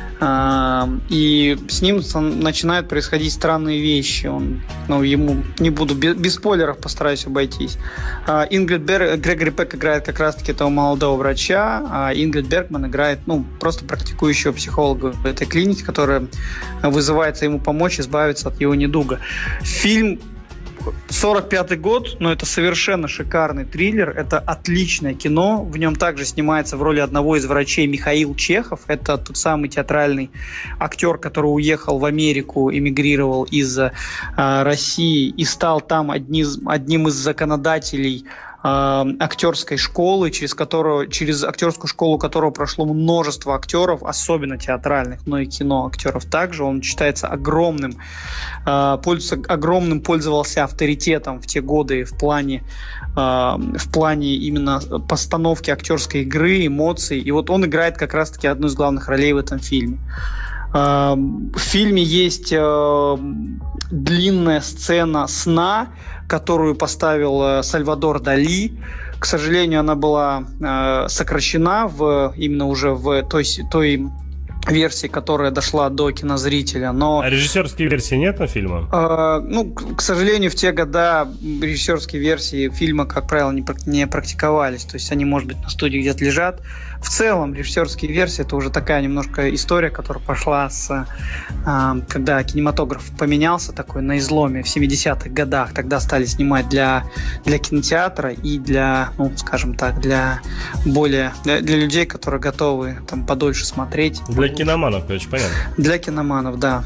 и с ним начинают происходить странные вещи. Он, ну, ему не буду без, без спойлеров постараюсь обойтись. Ингрид Бер... Грегори Пек играет как раз-таки этого молодого врача, а Ингрид Бергман играет, ну, просто практикующего психолога в этой клинике, которая вызывается ему помочь избавиться от его недуга. Фильм сорок пятый год, но это совершенно шикарный триллер, это отличное кино, в нем также снимается в роли одного из врачей Михаил Чехов, это тот самый театральный актер, который уехал в Америку, эмигрировал из э, России и стал там одни, одним из законодателей актерской школы, через которую, через актерскую школу которого прошло множество актеров, особенно театральных, но и кино актеров также. Он считается огромным, пользуется, огромным пользовался авторитетом в те годы в плане, в плане именно постановки актерской игры, эмоций. И вот он играет как раз-таки одну из главных ролей в этом фильме. В фильме есть длинная сцена сна, которую поставил Сальвадор Дали. К сожалению, она была сокращена в, именно уже в той, той версии, которая дошла до кинозрителя. Но, а режиссерской версии нет на фильма? Э, ну, к сожалению, в те года режиссерские версии фильма, как правило, не, не практиковались. То есть они, может быть, на студии где-то лежат. В целом, режиссерские версии — это уже такая немножко история, которая пошла с... Э, когда кинематограф поменялся такой на изломе в семидесятых годах. Тогда стали снимать для, для кинотеатра и для, ну, скажем так, для более... Для, для людей, которые готовы там подольше смотреть. Для киноманов, короче, понятно. Для киноманов, да.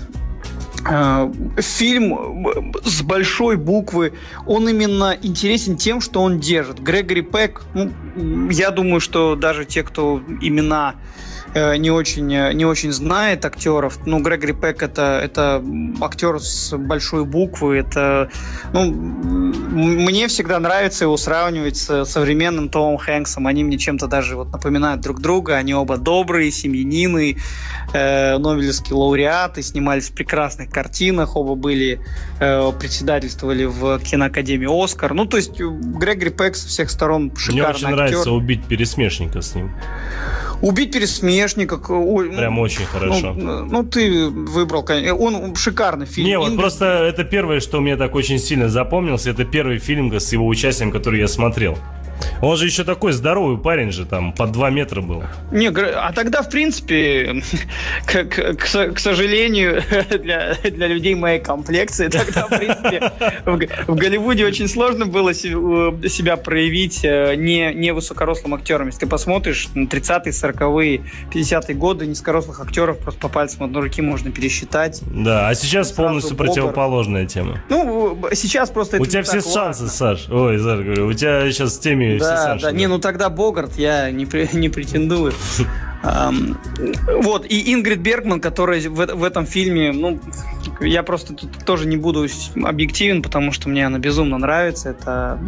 Фильм с большой буквы, он именно интересен тем, что он держит. Грегори Пек, ну, я думаю, что даже те, кто имена не очень, не очень знает актеров. Ну, Грегори Пек это, это актер с большой буквы. Это, ну, мне всегда нравится его сравнивать с современным Томом Хэнксом. Они мне чем-то даже вот напоминают друг друга. Они оба добрые, семьянины, э, нобелевские лауреаты, снимались в прекрасных картинах, оба были, э, председательствовали в киноакадемии «Оскар». Ну, то есть Грегори Пек со всех сторон шикарный актер. Мне очень нравится «Убить пересмешника» с ним. «Убить пересмешника». Прям ну, очень хорошо. Ну, ну, ты выбрал, конечно. Он шикарный фильм. Не, вот Ингрид... просто это первое, что мне так очень сильно запомнился. Это первый фильм с его участием, который я смотрел. Он же еще такой здоровый парень же, там, под два метра был. Не, а тогда, в принципе, к, к, к, к сожалению, для, для людей моей комплекции, тогда, в принципе, в, в Голливуде очень сложно было себя проявить не, не высокорослым актером. Если ты посмотришь, тридцатые, сороковые, пятидесятые годы низкорослых актеров просто по пальцам одной руки можно пересчитать. Да, а сейчас полностью Богар. Противоположная тема. Ну, сейчас просто... У тебя все шансы, Саш. Ой, Саш, говорю, у тебя сейчас в теме... Да, да, не, ну тогда Богарт, я не, не претендую. Um, вот, и Ингрид Бергман, которая в, в этом фильме, ну, я просто тут тоже не буду объективен, потому что мне она безумно нравится. Это,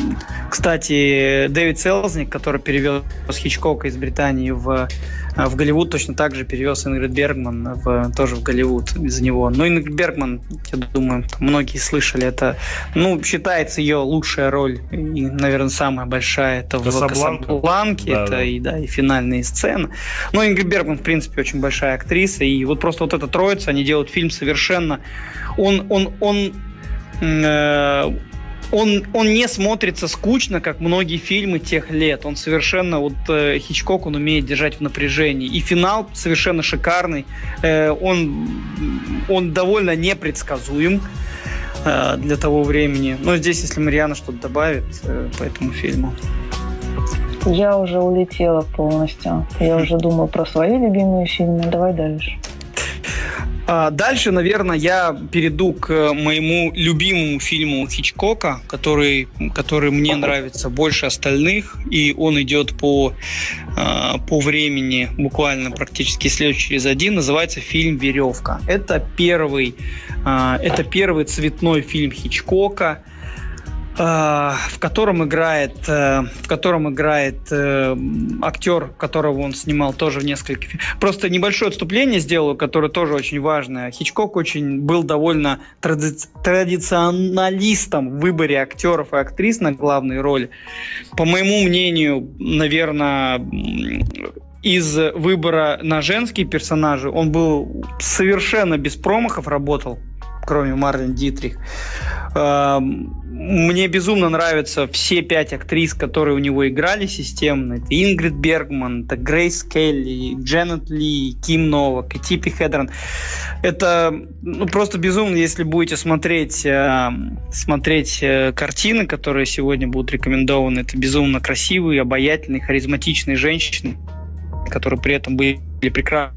кстати, Дэвид Селзник, который перевез Хичкока из Британии в, в Голливуд, точно так же перевез Ингрид Бергман в, тоже в Голливуд из него. Но Ингрид Бергман, я думаю, многие слышали, это, ну, считается ее лучшая роль и, наверное, самая большая. Это Касабланка. в Касабланке, да, это да. И, да, и финальные сцены. Но Ингрид Бергман, в принципе, очень большая актриса, и вот просто вот эта троица, они делают фильм совершенно... Он, он, он, э, он, он не смотрится скучно, как многие фильмы тех лет. Он совершенно... Вот э, Хичкок, он умеет держать в напряжении. И финал совершенно шикарный. Э, он, он довольно непредсказуем э, для того времени. Но здесь, если Марьяна что-то добавит э, по этому фильму... Я уже улетела полностью. Я уже думаю про свои любимые фильмы. Давай дальше. А дальше, наверное, я перейду к моему любимому фильму Хичкока, который, который мне нравится больше остальных, и он идет по, по времени буквально практически следующий через один. Называется фильм «Веревка». Это первый, это первый цветной фильм Хичкока, в котором играет, в котором играет э, актер, которого он снимал тоже в нескольких... Просто небольшое отступление сделаю, которое тоже очень важное. Хичкок очень был довольно тради... традиционалистом в выборе актеров и актрис на главные роли. По моему мнению, наверное, из выбора на женские персонажи он был совершенно без промахов, работал, кроме Марлен Дитрих. Мне безумно нравятся все пять актрис, которые у него играли системно. Это Ингрид Бергман, это Грейс Келли, Дженет Ли, Ким Новак и Типи Хедрон. Это ну, просто безумно, если будете смотреть, э, смотреть э, картины, которые сегодня будут рекомендованы. Это безумно красивые, обаятельные, харизматичные женщины, которые при этом были прекрасны.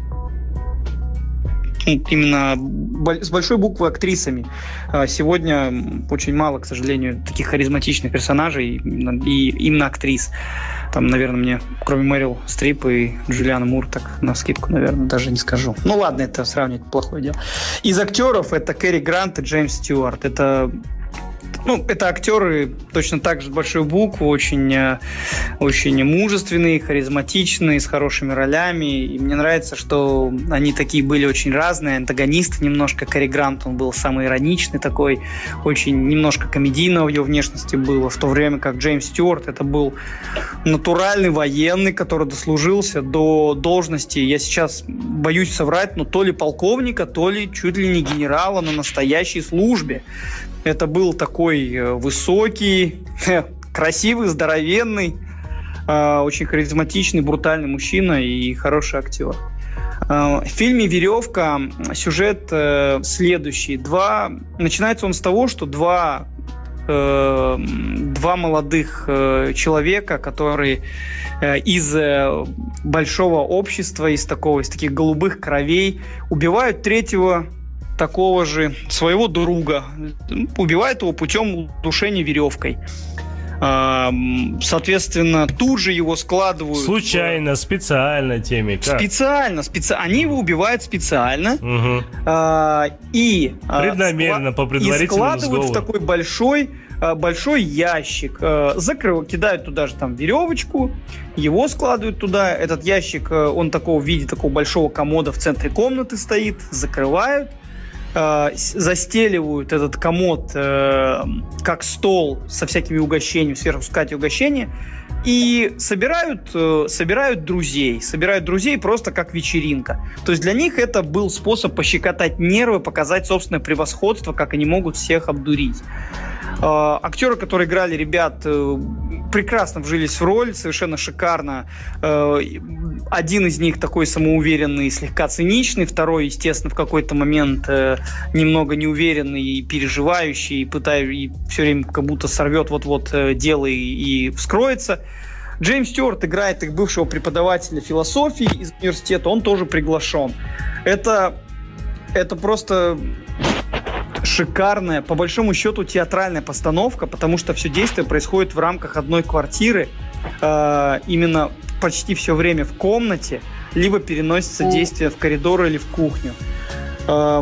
Именно с большой буквы актрисами. Сегодня очень мало, к сожалению, таких харизматичных персонажей и именно актрис. Там, наверное, мне, кроме Мэрил Стрип и Джулианы Мур, так на скидку, наверное, даже не скажу. Ну ладно, это сравнивать плохое дело. Из актеров это Кэрри Грант и Джеймс Стюарт. Это Ну, это актеры точно так же с большой буквы, очень, очень мужественные, харизматичные, с хорошими ролями. И мне нравится, что они такие были очень разные, антагонисты немножко. Кэрри Грант, он был самый ироничный такой, очень немножко комедийного в его внешности было, в то время как Джеймс Стюарт это был натуральный военный, который дослужился до должности, я сейчас боюсь соврать, но то ли полковника, то ли чуть ли не генерала на настоящей службе. Это был такой высокий, красивый, здоровенный, очень харизматичный, брутальный мужчина и хороший актер. В фильме «Веревка» сюжет следующий. Два... Начинается он с того, что два, два молодых человека, которые из большого общества, из, такого, из таких голубых кровей, убивают третьего такого же своего друга, убивает его путем удушения веревкой. Соответственно, тут же его складывают... Случайно, специально теми. Как? Специально, специально. Они его убивают специально. Угу. И... Преднамеренно, по предварительному сговору. И складывают в такой большой... большой ящик, закрыл, кидают туда же там веревочку, его складывают туда, этот ящик, он такого в виде такого большого комода в центре комнаты стоит, закрывают, застеливают этот комод как стол со всякими угощениями, сверху скатерть угощения, и собирают, собирают друзей, собирают друзей просто как вечеринка. То есть для них это был способ пощекотать нервы, показать собственное превосходство, как они могут всех обдурить. Актеры, которые играли ребят, прекрасно вжились в роль, совершенно шикарно. Один из них такой самоуверенный, слегка циничный, второй, естественно, в какой-то момент немного неуверенный и переживающий, и, пытаясь, и все время как будто сорвет вот-вот дело и, и вскроется. Джеймс Стюарт играет их бывшего преподавателя философии из университета, он тоже приглашен. Это, это просто... шикарная, по большому счету, театральная постановка, потому что все действие происходит в рамках одной квартиры, э, именно почти все время в комнате, либо переносится действие в коридор или в кухню. Э,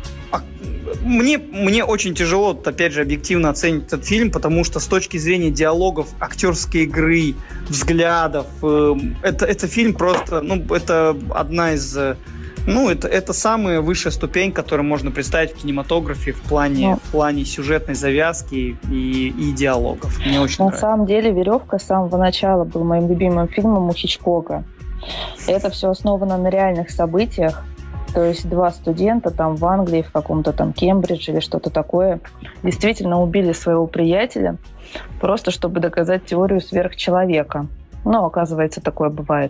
мне, мне очень тяжело, опять же, объективно оценить этот фильм, потому что с точки зрения диалогов, актерской игры, взглядов, э, это, это фильм просто, ну, это одна из... Ну, это, это самая высшая ступень, которую можно представить в кинематографе в плане, ну, в плане сюжетной завязки и, и диалогов. Мне очень На нравится. самом деле «Веревка» с самого начала был моим любимым фильмом у Хичкока. Это все основано на реальных событиях. То есть два студента там в Англии, в каком-то там Кембридже или что-то такое, действительно убили своего приятеля, просто чтобы доказать теорию сверхчеловека. Ну, оказывается, такое бывает.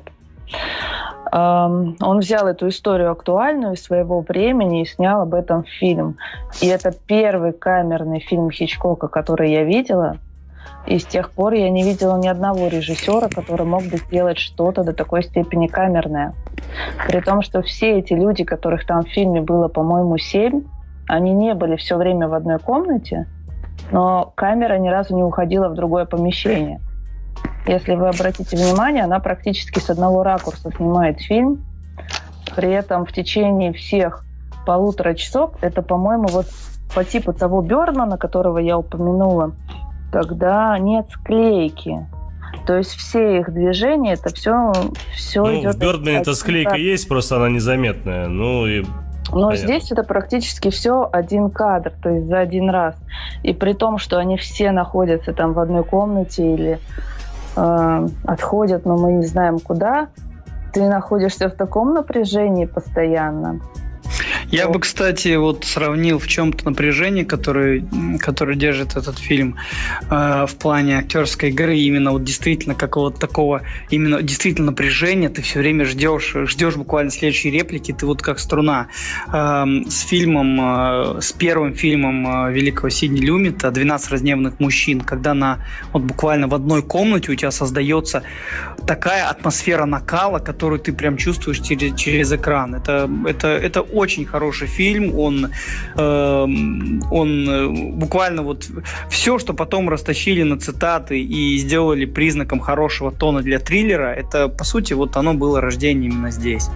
Он взял эту историю актуальную из своего времени и снял об этом фильм. И это первый камерный фильм Хичкока, который я видела. И с тех пор я не видела ни одного режиссера, который мог бы сделать что-то до такой степени камерное. При том, что все эти люди, которых там в фильме было, по-моему, семь, они не были все время в одной комнате, но камера ни разу не уходила в другое помещение. Если вы обратите внимание, она практически с одного ракурса снимает фильм. При этом в течение всех полутора часов, это, по-моему, вот по типу того Бёрдмана, которого я упомянула, когда нет склейки. То есть все их движения, это все, все ну, идет... в Бёрдмане-то склейка есть, просто она незаметная. Ну и... Но понятно. Здесь это практически все один кадр, то есть за один раз. И при том, что они все находятся там в одной комнате или... отходят, но мы не знаем куда, ты находишься в таком напряжении постоянно. Я бы, кстати, вот сравнил в чем-то напряжение, которое, которое держит этот фильм э, в плане актерской игры, именно вот действительно какого-то такого, именно действительно напряжения, ты все время ждешь, ждешь буквально следующей реплики, ты вот как струна. Э, с фильмом, э, с первым фильмом э, великого Сидни Люмета «двенадцать разневанных мужчин», когда на, вот буквально в одной комнате у тебя создается такая атмосфера накала, которую ты прям чувствуешь через, через экран. Это, это, это очень хороший фильм, он, э, он буквально вот все, что потом растащили на цитаты и сделали признаком хорошего тона для триллера, это, по сути, вот оно было рождение именно здесь.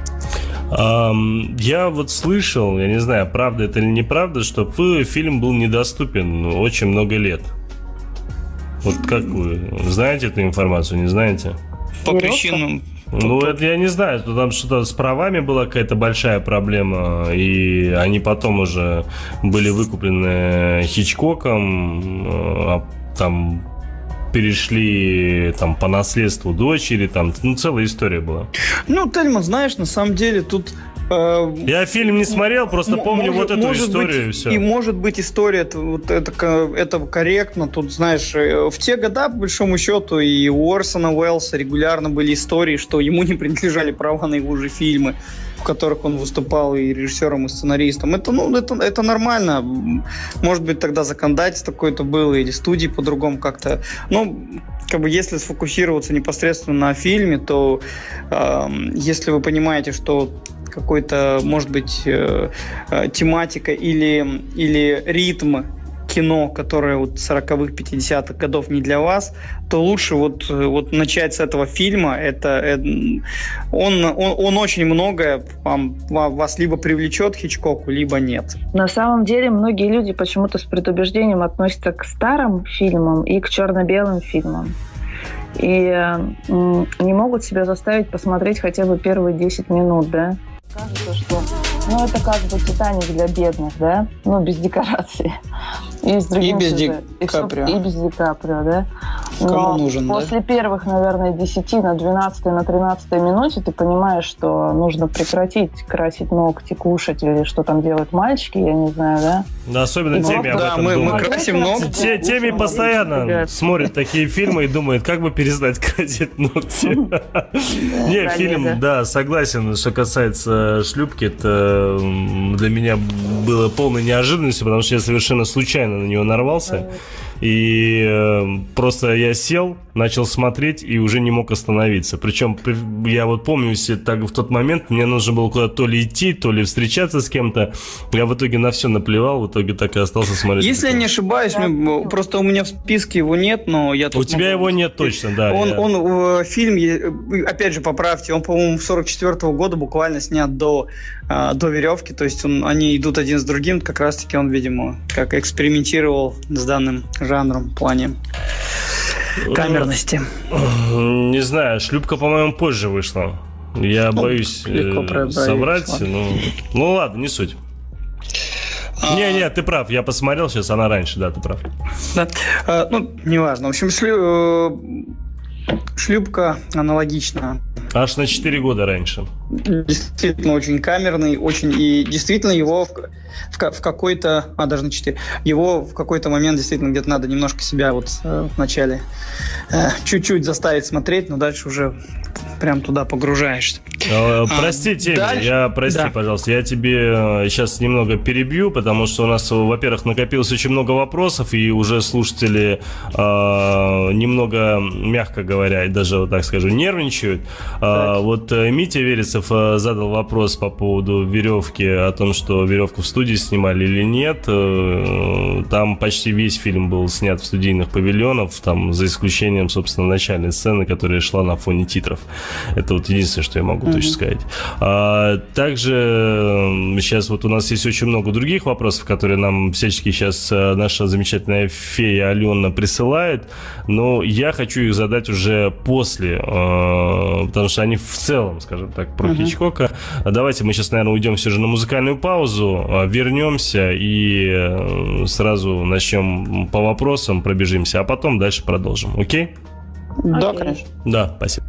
Um, я вот слышал, я не знаю, правда это или неправда, что фильм был недоступен очень много лет. Вот как вы знаете эту информацию, не знаете? По причинам... Ну, это я не знаю, там что-то с правами была какая-то большая проблема, и они потом уже были выкуплены Хичкоком, а там перешли там по наследству дочери, там, ну, целая история была. Ну, Тельман, знаешь, на самом деле тут... Э, я фильм не смотрел, просто м- помню может, вот эту историю быть, и все. И может быть история, это, вот это, это корректно, тут, знаешь, в те года, по большому счету, и у Орсона Уэллса регулярно были истории, что ему не принадлежали права на его же фильмы, в которых он выступал и режиссером, и сценаристом. Это, ну, это, это нормально. Может быть, тогда законодательство какое-то было, или студии по-другому как-то. Но, как бы, если сфокусироваться непосредственно на фильме, то э, если вы понимаете, что какой-то, может быть, э, э, тематика или, или ритм кино, которое вот сороковых, пятидесятых годов не для вас, то лучше вот, вот начать с этого фильма. Это, это он, он, он очень многое вам, вас либо привлечет к Хичкоку, либо нет. На самом деле многие люди почему-то с предубеждением относятся к старым фильмам и к черно-белым фильмам. И э, не могут себя заставить посмотреть хотя бы первые десять минут, да? Кажется, что ну, это как бы «Титаник» для бедных, да? Ну, без декораций. И, с и без Ди и, Каприо. И без Ди Каприо, да? Но кому нужен, после да? первых, наверное, десяти на двенадцатой, на тринадцатой минуте ты понимаешь, что нужно прекратить красить ногти, кушать или что там делают мальчики, я не знаю, да? Да, особенно И Теми об да, этом мы, думает. мы красим ногти. Те, Теми постоянно ребят. смотрит такие фильмы и думает, как бы перестать красить ногти. Не, фильм, да, согласен, что касается шлюпки, это для меня было полной неожиданностью, потому что я совершенно случайно на него нарвался. И э, просто я сел, начал смотреть и уже не мог остановиться. Причем я вот помню, так, в тот момент мне нужно было куда-то то ли идти, то ли встречаться с кем-то. Я в итоге на все наплевал, в итоге так и остался смотреть. Если я не ошибаюсь, мне, просто у меня в списке его нет, но я... У тебя его нет точно, да. Он, я... он фильм, опять же, поправьте, он, по-моему, сорок четвёртого года буквально снят до, до «Веревки», то есть он, они идут один с другим, как раз-таки он, видимо, как экспериментировал с данным жанром в плане камерности. Не знаю, «Шлюпка», по-моему, позже вышла. Я ну, боюсь э, соврать. Ну, ну ладно, не суть. А... Не, не, ты прав, я посмотрел сейчас, она раньше, да, ты прав. Да, а, ну, неважно. В общем, шлю... «Шлюпка» аналогична. Аж на четыре года раньше. Действительно очень камерный, очень и действительно его в, в, в какой-то, а даже на четыре, его в какой-то момент действительно где-то надо немножко себя вот э, в начале э, чуть-чуть заставить смотреть, но дальше уже прям туда погружаешься. Э, прости, Теми, дальше... я прости, да. пожалуйста, я тебе сейчас немного перебью, потому что у нас, во-первых, накопилось очень много вопросов, и уже слушатели э, немного, мягко говоря, и даже, вот так скажу, нервничают. А, вот Митя Вересов задал вопрос по поводу «Веревки», о том, что «Веревку» в студии снимали или нет. Там почти весь фильм был снят в студийных павильонах, там, за исключением, собственно, начальной сцены, которая шла на фоне титров. Это вот единственное, что я могу mm-hmm. точно сказать. А, также сейчас вот у нас есть очень много других вопросов, которые нам всячески сейчас наша замечательная фея Алена присылает, но я хочу их задать уже после, потому что они в целом, скажем так, про uh-huh. Хичкока. Давайте мы сейчас, наверное, уйдем все же на музыкальную паузу, вернемся и сразу начнем по вопросам, пробежимся, а потом дальше продолжим. Окей? Да, okay. конечно. Да, спасибо.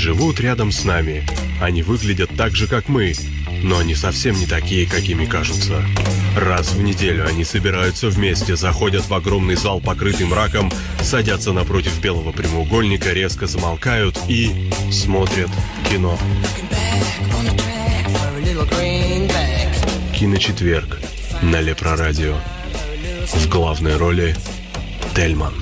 живут рядом с нами. Они выглядят так же, как мы, но они совсем не такие, какими кажутся. Раз в неделю они собираются вместе, заходят в огромный зал, покрытый мраком, садятся напротив белого прямоугольника, резко замолкают и смотрят кино. Киночетверг на Лепрорадио. В главной роли Тельман.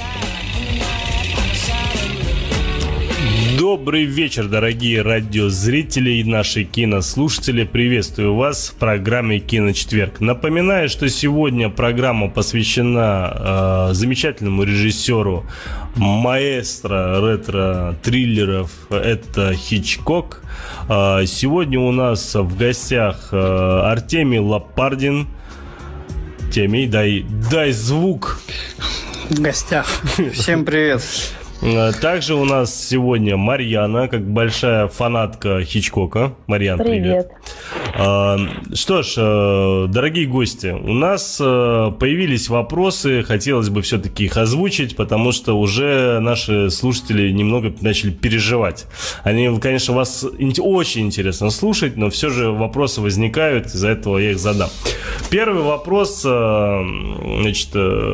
Добрый вечер, дорогие радиозрители и наши кинослушатели. Приветствую вас в программе «Киночетверг». Напоминаю, что сегодня программа посвящена э, замечательному режиссеру, маэстро ретро-триллеров. Это Хичкок. Э, сегодня у нас в гостях э, Артемий Лапардин. Артемий, дай, дай звук. В гостях. Всем привет. Также у нас сегодня Марьяна, как большая фанатка Хичкока. Марьян, привет. Привет. Что ж, дорогие гости, у нас появились вопросы, хотелось бы все-таки их озвучить, потому что уже наши слушатели немного начали переживать. Они, конечно, вас очень интересно слушать, но все же вопросы возникают, из-за этого я их задам. Первый вопрос, значит,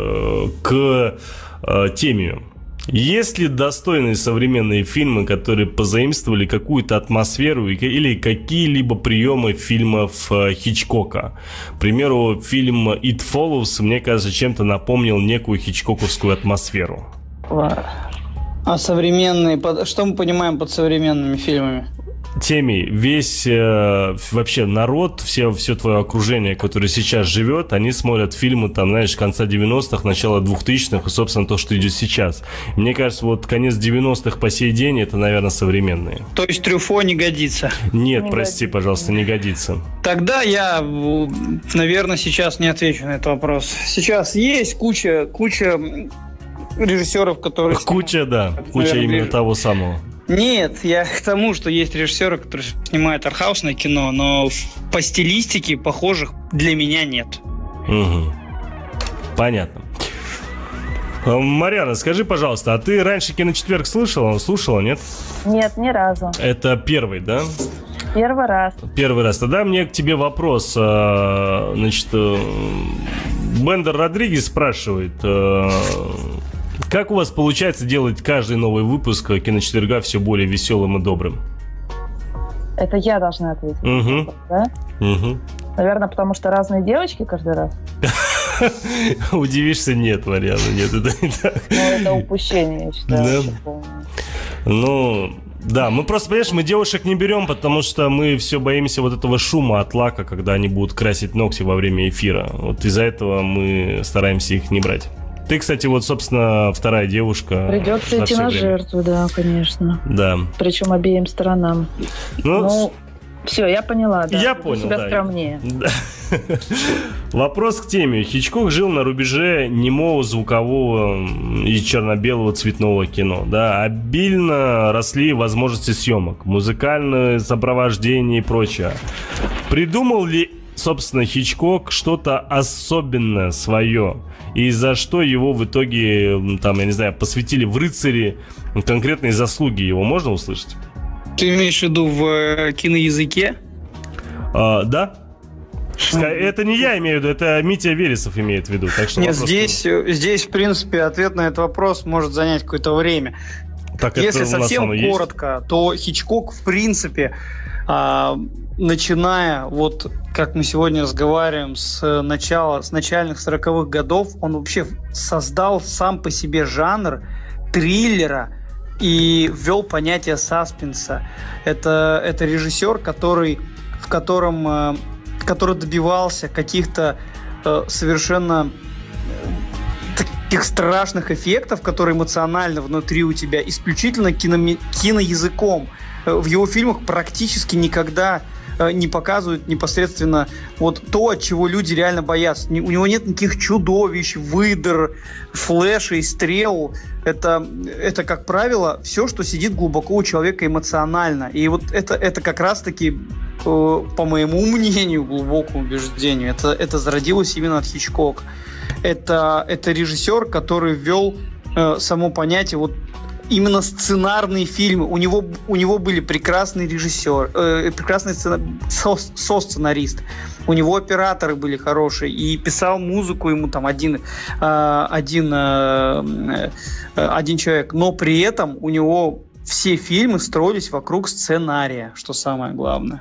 к теме. Есть ли достойные современные фильмы, которые позаимствовали какую-то атмосферу или какие-либо приемы фильмов Хичкока? К примеру, фильм «It Follows», мне кажется, чем-то напомнил некую хичкоковскую атмосферу. А современные... Что мы понимаем под современными фильмами? Теми, весь э, вообще народ, все, все твое окружение, которое сейчас живет, они смотрят фильмы, там, знаешь, конца девяностых, начала двухтысячных и, собственно, то, что идет сейчас. Мне кажется, вот конец девяностых по сей день, это, наверное, современные. То есть Трюфо не годится? Нет, не прости, годится. пожалуйста, не годится. Тогда я, наверное, сейчас не отвечу на этот вопрос. Сейчас есть куча, куча режиссеров, которые... Куча, да, куча наверное, именно ближе. Того самого. Нет, я к тому, что есть режиссеры, которые снимают артхаусное кино, но по стилистике похожих для меня нет. Угу. Понятно. Марьяна, скажи, пожалуйста, а ты раньше «Киночетверг» слышала? Слушала, нет? Нет, ни разу. Это первый, да? Первый раз. Первый раз. Тогда мне к тебе вопрос. Значит, Бендер Родригес спрашивает... Как у вас получается делать каждый новый выпуск «Киночетверга» все более веселым и добрым? Это я должна ответить. Угу. Да? Угу. Наверное, потому что разные девочки каждый раз. Удивишься? Нет, Марьяна, нет, это не так. Ну, это упущение, я считаю. Ну... Да, мы просто, понимаешь, мы девушек не берем, потому что мы все боимся вот этого шума от лака, когда они будут красить ногти во время эфира. Вот из-за этого мы стараемся их не брать. Ты, кстати, вот, собственно, вторая девушка. Придется идти на время. жертву, да, конечно. Да. Причем обеим сторонам. Ну, ну все, я поняла, да. Я понял, себя да. скромнее. Да. Вопрос к теме. Хичкок жил на рубеже немого, звукового и черно-белого цветного кино. Да, обильно росли возможности съемок, музыкальное сопровождение и прочее. Придумал ли, собственно, Хичкок что-то особенное свое? И за что его в итоге, там, я не знаю, посвятили в рыцари, конкретные заслуги его можно услышать? Ты имеешь в виду в киноязыке? А, да. Это не я имею в виду, это Митя Вересов имеет в виду. Так что Нет, здесь, здесь, в принципе, ответ на этот вопрос может занять какое-то время. Так Если совсем коротко, есть? то Хичкок, в принципе, а, начиная, вот как мы сегодня разговариваем, с начала, с начальных сороковых годов, он вообще создал сам по себе жанр триллера и ввел понятие саспенса. Это, это режиссер, который, в котором, который добивался каких-то совершенно таких страшных эффектов, которые эмоционально внутри у тебя, исключительно кино, киноязыком. В его фильмах практически никогда не показывают непосредственно вот то, от чего люди реально боятся. У него нет никаких чудовищ, выдр, флешей, стрел. Это, это, как правило, все, что сидит глубоко у человека эмоционально. И вот это, это как раз-таки, по моему мнению, глубокому убеждению, это, это зародилось именно от Хичкока. Это, это режиссер, который ввел э, само понятие вот именно сценарные фильмы. У него, у него были прекрасный режиссер, э, прекрасный сцена, со, со-сценарист. У него операторы были хорошие. И писал музыку ему там один, э, один, э, один человек. Но при этом у него все фильмы строились вокруг сценария, что самое главное.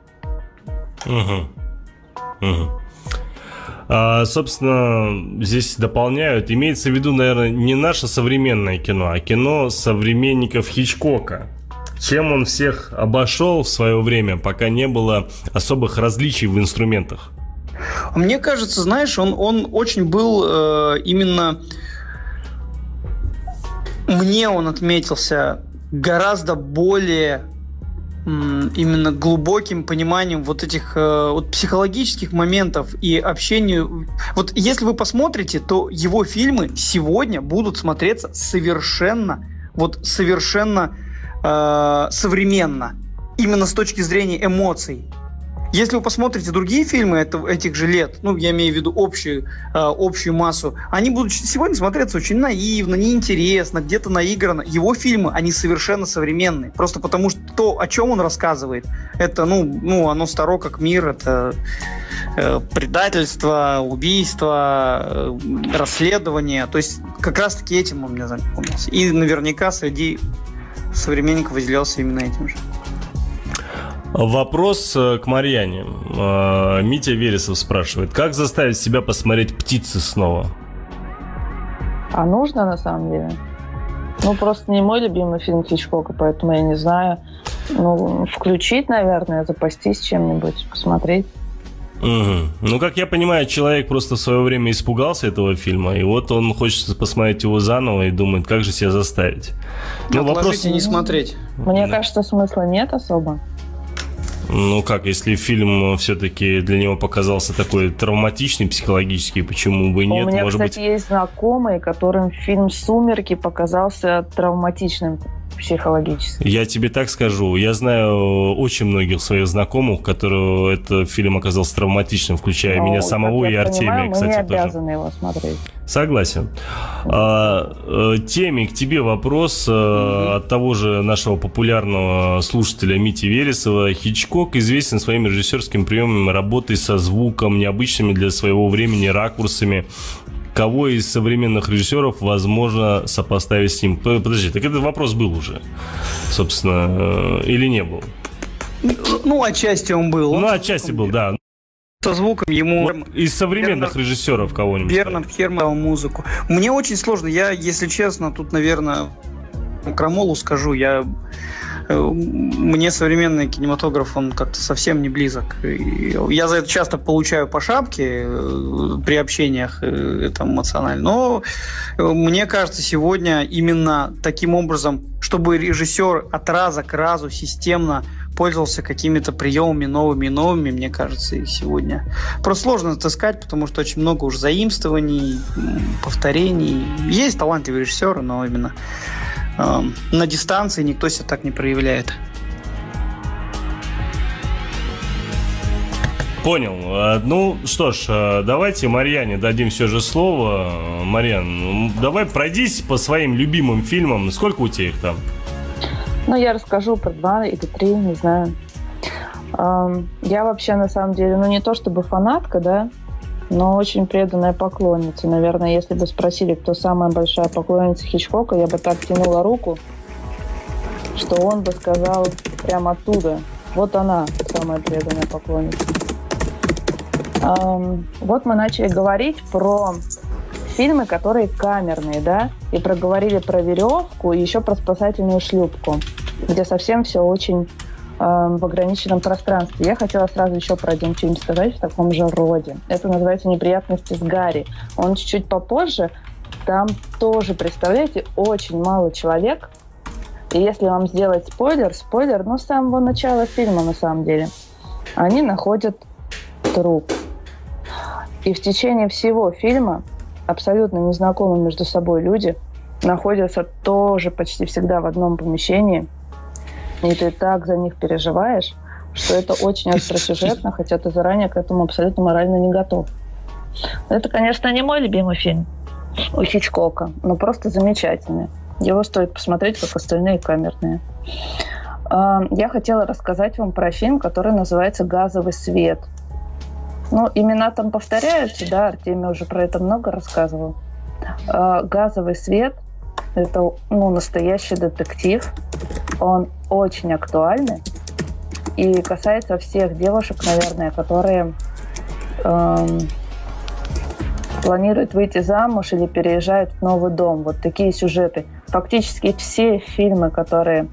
Угу. Угу. А, собственно, здесь дополняют. Имеется в виду, наверное, не наше современное кино, а кино современников Хичкока. Чем он всех обошел в свое время, пока не было особых различий в инструментах? Мне кажется, знаешь, он, он очень был э, именно... Мне он отметился гораздо более... именно глубоким пониманием вот этих э, вот психологических моментов и общению. Вот если вы посмотрите, то его фильмы сегодня будут смотреться совершенно, вот совершенно э, современно. Именно с точки зрения эмоций. Если вы посмотрите другие фильмы это, этих же лет, ну, я имею в виду общую, э, общую массу, они будут сегодня смотреться очень наивно, неинтересно, где-то наигранно. Его фильмы, они совершенно современные. Просто потому что то, о чем он рассказывает, это, ну, ну оно старо как мир, это э, предательство, убийство, э, расследование. То есть как раз-таки этим он мне запомнился. И наверняка среди современников выделялся именно этим же. Вопрос к Марьяне. Митя Вересов спрашивает: как заставить себя посмотреть «Птицы» снова? А нужно, на самом деле? Ну, просто не мой любимый фильм Хичкока, поэтому я не знаю. Ну, включить, наверное, запастись чем-нибудь, посмотреть. Угу. Ну, как я понимаю, человек просто в свое время испугался этого фильма, и вот он хочет посмотреть его заново и думает, как же себя заставить. Ну, вопрос не смотреть. Мне кажется, смысла нет особо. Ну как, если фильм все-таки для него показался такой травматичный, психологический, почему бы и нет? У меня, Может кстати, быть... есть знакомый, которым фильм «Сумерки» показался травматичным психологически. Я тебе так скажу. Я знаю очень многих своих знакомых, которые этот фильм оказался травматичным, включая ну, меня самого и Артемия, понимаю, кстати, мы не тоже. обязаны его смотреть. Согласен. А, Теми, к тебе вопрос mm-hmm. от того же нашего популярного слушателя Мити Вересова. Хичкок известен своими режиссерскими приемами работы со звуком, необычными для своего времени ракурсами. Кого из современных режиссеров возможно сопоставить с ним? Подожди, так этот вопрос был уже, собственно, или не был? Ну, отчасти он был. Ну, отчасти был, да. Со звуком ему... Вот из современных Бернард, режиссеров кого-нибудь? Бернард Херман музыку. Мне очень сложно. Я, если честно, тут, наверное, крамолу скажу. Я... Мне современный кинематограф, он как-то совсем не близок. Я за это часто получаю по шапке при общениях там, эмоционально. Но мне кажется, сегодня именно таким образом, чтобы режиссер от раза к разу системно пользовался какими-то приемами новыми и новыми, мне кажется, и сегодня просто сложно отыскать, потому что очень много уж заимствований, повторений. Есть талантливые режиссеры, но именно э, на дистанции никто себя так не проявляет. Понял. Ну, что ж, давайте Марьяне дадим все же слово. Марьян, давай пройдись по своим любимым фильмам. Сколько у тебя их там? Ну, я расскажу про два или три, не знаю. Я вообще, на самом деле, ну, не то чтобы фанатка, да, но очень преданная поклонница. Наверное, если бы спросили, кто самая большая поклонница Хичкока, я бы так тянула руку, что он бы сказал прямо оттуда. Вот она, самая преданная поклонница. Вот мы начали говорить про фильмы, которые камерные, да, и проговорили про веревку, и еще про спасательную шлюпку, где совсем все очень э, в ограниченном пространстве. Я хотела сразу еще про один фильм сказать в таком же роде. Это называется «Неприятности с Гарри». Он чуть-чуть попозже. Там тоже, представляете, очень мало человек. И если вам сделать спойлер, спойлер, ну, с самого начала фильма, на самом деле, они находят труп. И в течение всего фильма абсолютно незнакомые между собой люди находятся тоже почти всегда в одном помещении, и ты так за них переживаешь, что это очень остросюжетно, хотя ты заранее к этому абсолютно морально не готов. Это, конечно, не мой любимый фильм у Хичкока, но просто замечательный. Его стоит посмотреть, как остальные камерные. Я хотела рассказать вам про фильм, который называется «Газовый свет». Ну, имена там повторяются, да, Артемий уже про это много рассказывал. «Газовый свет» — это, ну, настоящий детектив. Он очень актуальный и касается всех девушек, наверное, которые эм, планируют выйти замуж или переезжают в новый дом. Вот такие сюжеты. Фактически все фильмы, которые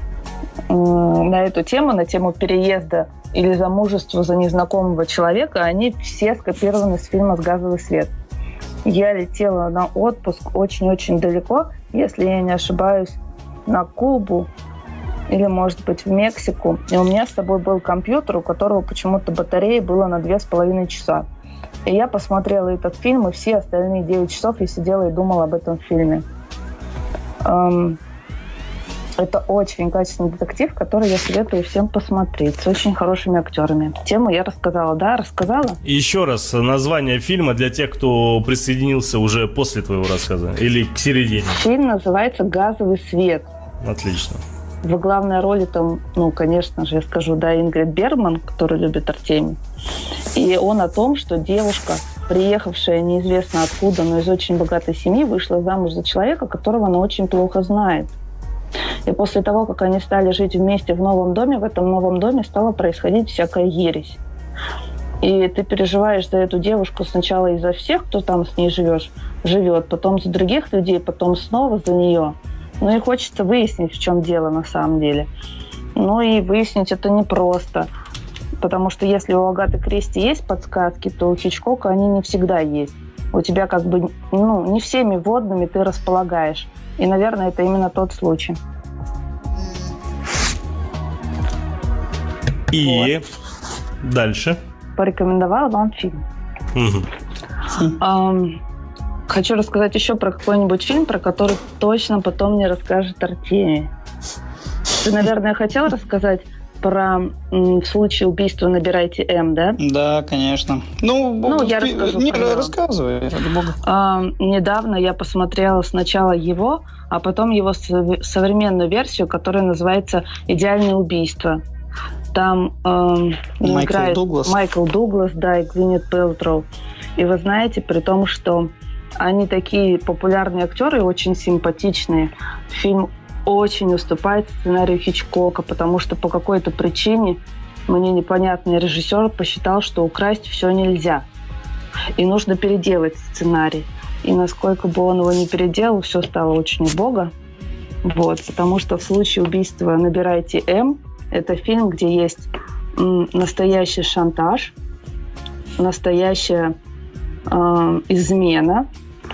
эм, на эту тему, на тему переезда или замужества за незнакомого человека, они все скопированы с фильма «Газовый свет». Я летела на отпуск очень-очень далеко, если я не ошибаюсь, на Кубу или, может быть, в Мексику. И у меня с собой был компьютер, у которого почему-то батареи было на две с половиной часа. И я посмотрела этот фильм, и все остальные девять часов я сидела и думала об этом фильме. Эм, это очень качественный детектив, который я советую всем посмотреть, с очень хорошими актерами. Тему я рассказала, да? Рассказала? И еще раз название фильма для тех, кто присоединился уже после твоего рассказа или к середине. Фильм называется «Газовый свет». Отлично. В главной роли там, ну, конечно же, я скажу, да, Ингрид Бергман, которую любит Артемий. И он о том, что девушка, приехавшая неизвестно откуда, но из очень богатой семьи, вышла замуж за человека, которого она очень плохо знает. И после того, как они стали жить вместе в новом доме, в этом новом доме стала происходить всякая ересь. И ты переживаешь за эту девушку сначала из-за всех, кто там с ней живешь, живет, потом за других людей, потом снова за нее. Ну и хочется выяснить, в чем дело на самом деле. Ну и выяснить это непросто. Потому что если у Агаты Кристи есть подсказки, то у Хичкока они не всегда есть. У тебя как бы, ну, не всеми водными ты располагаешь. И, наверное, это именно тот случай. И вот. Дальше. Порекомендовала вам фильм. Угу. Um, Хочу рассказать еще про какой-нибудь фильм, про который точно потом мне расскажет Артемий. Ты, наверное, хотел рассказать про м, в случае убийства «Набирайте М», да? Да, конечно. Ну, ну я ты, расскажу. Не, рассказывай, ради бога. А, недавно я посмотрела сначала его, а потом его сов- современную версию, которая называется «Идеальное убийство». Там эм, Майкл играет Дуглас. Майкл Дуглас, да, и Гвинет Пэлтроу. И вы знаете, при том, что они такие популярные актеры, очень симпатичные, фильм очень уступает сценарию Хичкока, потому что по какой-то причине мне непонятный режиссер посчитал, что украсть все нельзя. И нужно переделать сценарий. И насколько бы он его не переделал, все стало очень убого. Вот, потому что в случае убийства «Набирайте М» это фильм, где есть м, настоящий шантаж, настоящая э, измена,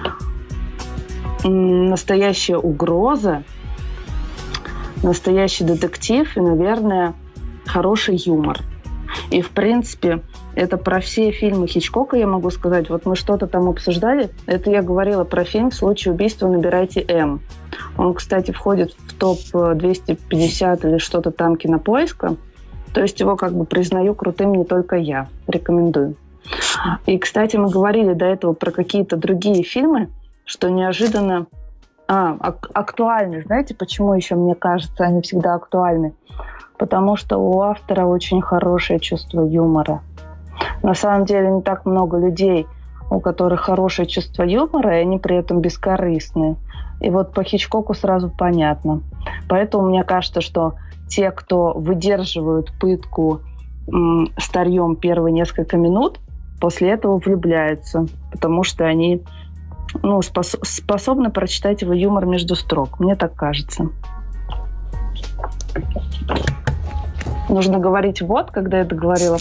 м, настоящая угроза, настоящий детектив и, наверное, хороший юмор. И, в принципе, это про все фильмы Хичкока, я могу сказать. Вот мы что-то там обсуждали. Это я говорила про фильм «В случае убийства набирайте М». Он, кстати, входит в топ двести пятьдесят или что-то там Кинопоиска. То есть его как бы признаю крутым не только я. Рекомендую. И, кстати, мы говорили до этого про какие-то другие фильмы, что неожиданно а, ак- актуальны. Знаете, почему еще, мне кажется, они всегда актуальны? Потому что у автора очень хорошее чувство юмора. На самом деле не так много людей, у которых хорошее чувство юмора, и они при этом бескорыстные. И вот по Хичкоку сразу понятно. Поэтому мне кажется, что те, кто выдерживают пытку м, старьем первые несколько минут, после этого влюбляются, потому что они ну, спос- способны прочитать его юмор между строк. Мне так кажется. Нужно говорить «вот», когда я договорила.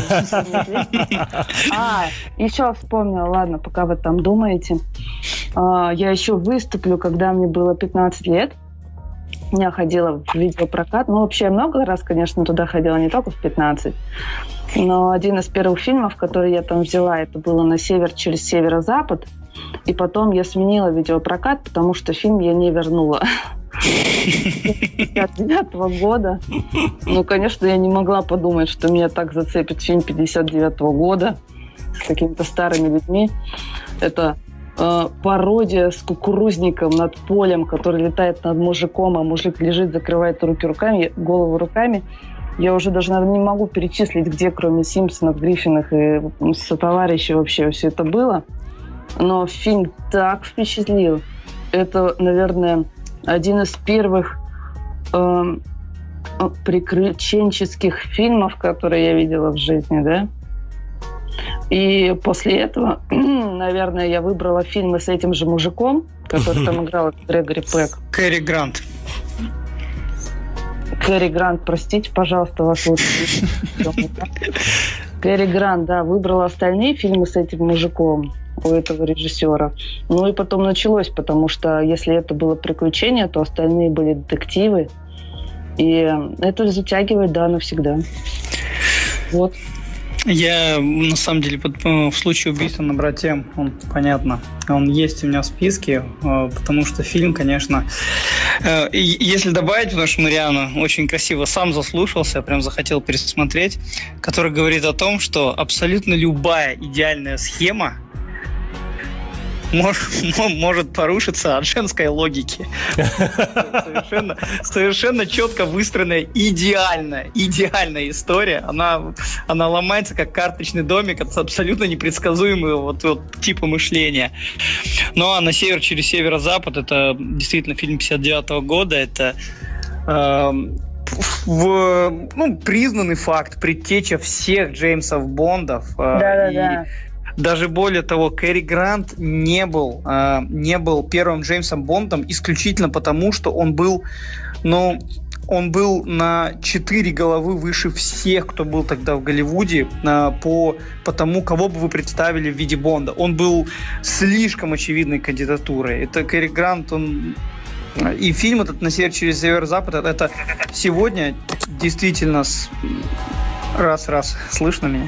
А, еще вспомнила, ладно, пока вы там думаете. Я еще выступлю, когда мне было пятнадцать лет. Я ходила в видеопрокат. Ну, вообще, я много раз, конечно, туда ходила, не только в пятнадцать. Но один из первых фильмов, который я там взяла, это было «На север через северо-запад». И потом я сменила видеопрокат, потому что фильм я не вернула. пятьдесят девятого года. Ну, конечно, я не могла подумать, что меня так зацепит фильм пятьдесят девятого года с какими-то старыми людьми. Это э, пародия с кукурузником над полем, который летает над мужиком, а мужик лежит, закрывает руки руками, голову руками. Я уже даже, наверное, не могу перечислить, где, кроме Симпсонов, Гриффинов и сотоварищей вообще все это было. Но фильм так впечатлил. Это, наверное, один из первых э, приключенческих фильмов, которые я видела в жизни, да. И после этого, наверное, я выбрала фильмы с этим же мужиком, который там играл Грегори Пек. Кэрри Грант. Кэрри Грант, простите, пожалуйста, вас лучше. Кэрри Грант, да, выбрала остальные фильмы с этим мужиком у этого режиссера. Ну и потом началось, потому что если это было приключение, то остальные были детективы. И это затягивает, да, навсегда. Вот. Я, на самом деле, в случае убийства на брате, он, понятно, он есть у меня в списке, потому что фильм, конечно, если добавить, потому что Мариана очень красиво сам заслушался, прям захотел пересмотреть, который говорит о том, что абсолютно любая идеальная схема может порушиться от женской логики. Совершенно, совершенно четко выстроенная, идеальная, идеальная история. Она, она ломается, как карточный домик, от абсолютно непредсказуемого вот, вот типа мышления. Ну, а «На север через северо-запад» — это действительно фильм пятьдесят девятого года. Это э, в, ну, признанный факт, предтеча всех Джеймсов Бондов. Э, Да-да-да. Даже более того, Кэрри Грант не был, э, не был первым Джеймсом Бондом исключительно потому, что он был, ну, он был на четыре головы выше всех, кто был тогда в Голливуде, э, по, по тому, кого бы вы представили в виде Бонда. Он был слишком очевидной кандидатурой. Это Кэрри Грант, он... И фильм этот «На север через северо-запад» — это сегодня действительно... С... Раз-раз, слышно меня?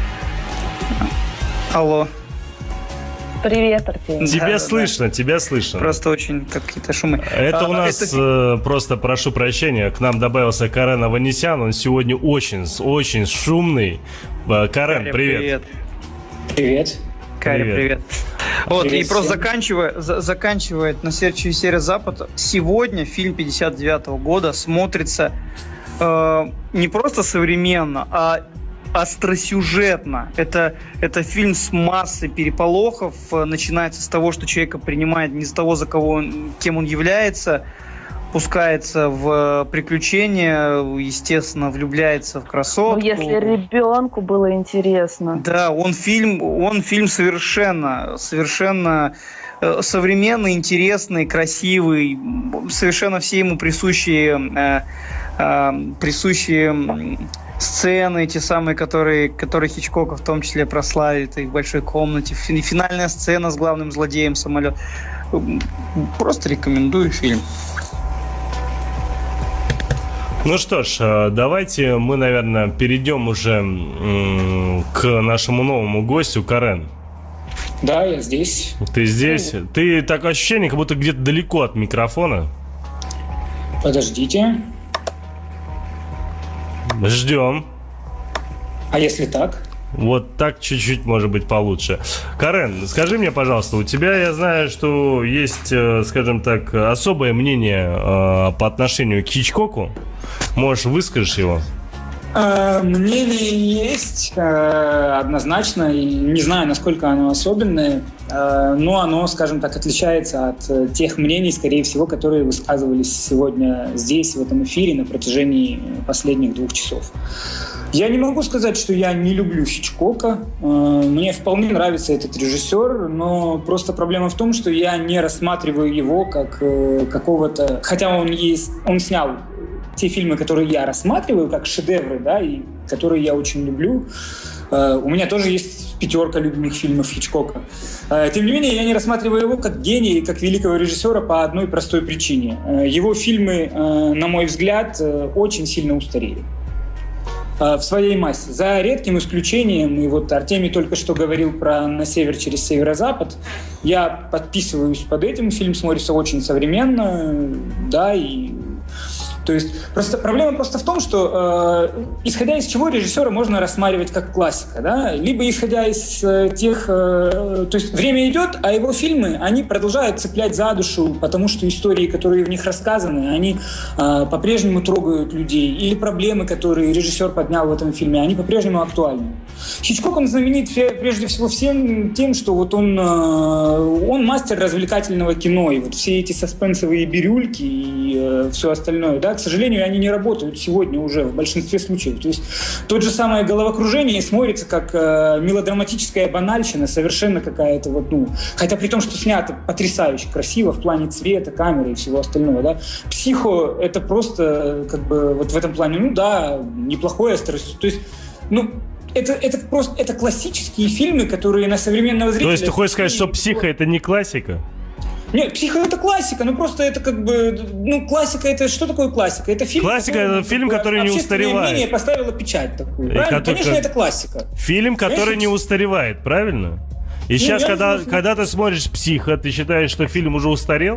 Алло. Привет, Артемий. Тебя да, слышно, да. тебя слышно. Просто очень какие-то шумы. Это а, у нас, это... просто прошу прощения, к нам добавился Карен Аванесян. Он сегодня очень, очень шумный. Карен, Каря, привет. Привет. Привет. Каря, привет. привет. Вот, привет и всем. просто заканчивая, за, заканчивает «На север через северо-запад». Сегодня фильм пятьдесят девятого года смотрится э, не просто современно, а остросюжетно. Это, это фильм с массой переполохов. Начинается с того, что человека принимает не за того, за кого он, кем он является, пускается в приключения, естественно, влюбляется в красотку. Ну, если ребенку было интересно. Да, он фильм, он фильм совершенно, совершенно современный, интересный, красивый, совершенно все ему присущие, э, э, присущие сцены, те самые, которые, которые Хичкока в том числе прославит, и в большой комнате, финальная сцена с главным злодеем самолет. Просто рекомендую фильм. Ну что ж, давайте мы, наверное, перейдем уже к нашему новому гостю, Карен. Да, я здесь. Ты здесь? Ты такое ощущение, как будто где-то далеко от микрофона. Подождите. Ждем. А если так? Вот так чуть-чуть, может быть, получше. Карен, скажи мне, пожалуйста, у тебя, я знаю, что есть, скажем так, особое мнение э, по отношению к Хичкоку. Можешь, выскажешь его? Э, мнение есть, э, однозначно. И не знаю, насколько оно особенное, э, но оно, скажем так, отличается от э, тех мнений, скорее всего, которые высказывались сегодня здесь, в этом эфире, на протяжении последних двух часов. Я не могу сказать, что я не люблю Хичкока. Мне вполне нравится этот режиссер, но просто проблема в том, что я не рассматриваю его как какого-то... Хотя он есть, он снял те фильмы, которые я рассматриваю как шедевры, да, и которые я очень люблю. У меня тоже есть пятерка любимых фильмов Хичкока. Тем не менее, я не рассматриваю его как гения и как великого режиссера по одной простой причине. Его фильмы, на мой взгляд, очень сильно устарели в своей массе. За редким исключением, и вот Артемий только что говорил про «На север через северо-запад», я подписываюсь под этим. Фильм смотрится очень современно, да, и То есть просто, проблема просто в том, что э, исходя из чего режиссера можно рассматривать как классика, да? Либо исходя из э, тех... Э, то есть время идет, а его фильмы, они продолжают цеплять за душу, потому что истории, которые в них рассказаны, они э, по-прежнему трогают людей. Или проблемы, которые режиссер поднял в этом фильме, они по-прежнему актуальны. Хичкок, он знаменит прежде всего всем тем, что вот он, э, он мастер развлекательного кино, и вот все эти саспенсовые бирюльки и э, все остальное, да, к сожалению, они не работают сегодня уже в большинстве случаев. То есть тот же самое головокружение смотрится как э, мелодраматическая банальщина, совершенно какая-то вот, ну, хотя при том, что снято потрясающе красиво в плане цвета, камеры и всего остального, да. «Психо» — это просто как бы вот в этом плане, ну да, неплохое, то есть, ну, Это, это просто это классические фильмы, которые на современного зрителя... То есть ты хочешь сказать, что «Психо» — это не классика? Нет, «Психо» — это классика, ну просто это как бы... Ну, классика — это... Что такое классика? Это фильм... Классика — это фильм, который не устаревает. Общественное мнение поставило печать такую, правильно? Который... Конечно, это классика. Фильм, который Конечно, не устаревает, правильно? И ну, сейчас, когда, когда ты смотришь «Психо», ты считаешь, что фильм уже устарел?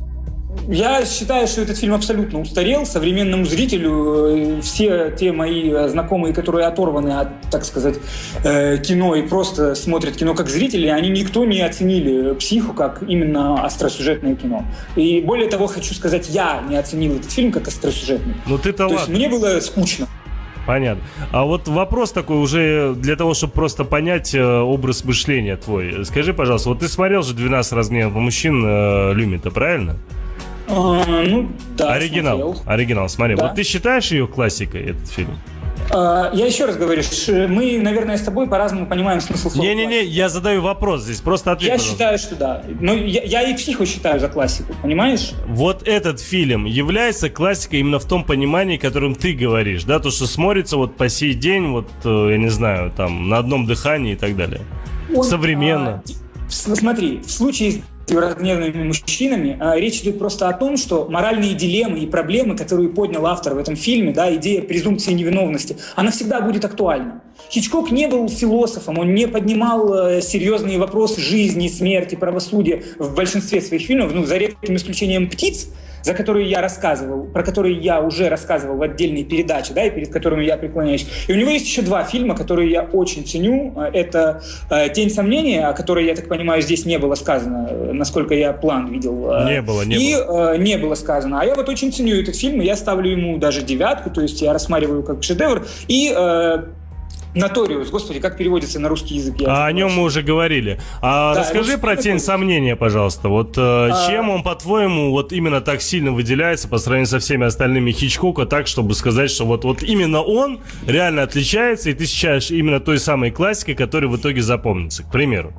Я считаю, что этот фильм абсолютно устарел. Современному зрителю все те мои знакомые, которые оторваны от, так сказать, кино и просто смотрят кино как зрители, они никто не оценили «Психо» как именно остросюжетное кино. И более того, хочу сказать, я не оценил этот фильм как остросюжетный. Ну ты-то ладно. То есть мне было скучно. Понятно. А вот вопрос такой уже для того, чтобы просто понять э, образ мышления твой. Скажи, пожалуйста, вот ты смотрел же «двенадцать разгневанных мужчин» э, Люмита, правильно? А, ну, да, оригинал, смотрел. оригинал, смотри. Да. Вот ты считаешь ее классикой, этот фильм? А, я еще раз говорю, мы, наверное, с тобой по-разному понимаем смысл слова. Не-не-не, я задаю вопрос здесь, просто ответь, Я пожалуйста. считаю, что да. Но я, я и «Психо» считаю за классику, понимаешь? Вот этот фильм является классикой именно в том понимании, которым ты говоришь, да? То, что смотрится вот по сей день, вот, я не знаю, там, на одном дыхании и так далее. Он, Современно. А, смотри, в случае с разгневанными мужчинами а, речь идет просто о том, что моральные дилеммы и проблемы, которые поднял автор в этом фильме, да, идея презумпции невиновности, она всегда будет актуальна. Хичкок не был философом, он не поднимал э, серьезные вопросы жизни, смерти, правосудия в большинстве своих фильмов, ну, за редким исключением «Птиц», за которые я рассказывал, про которые я уже рассказывал в отдельной передаче, да, и перед которыми я преклоняюсь. И у него есть еще два фильма, которые я очень ценю. Это «Тень сомнения», о которой, я так понимаю, здесь не было сказано, насколько я план видел. Не было, не и, было. И не было сказано. А я вот очень ценю этот фильм, и я ставлю ему даже девятку, то есть я рассматриваю как шедевр. И... «Ноториус», господи, как переводится на русский язык? А о нем мы уже говорили. А да, расскажи про «Тень сомнения», пожалуйста. Вот а... чем он, по-твоему, вот именно так сильно выделяется по сравнению со всеми остальными Хичкока, так, чтобы сказать, что вот, вот именно он реально отличается, и ты считаешь именно той самой классикой, которая в итоге запомнится, к примеру?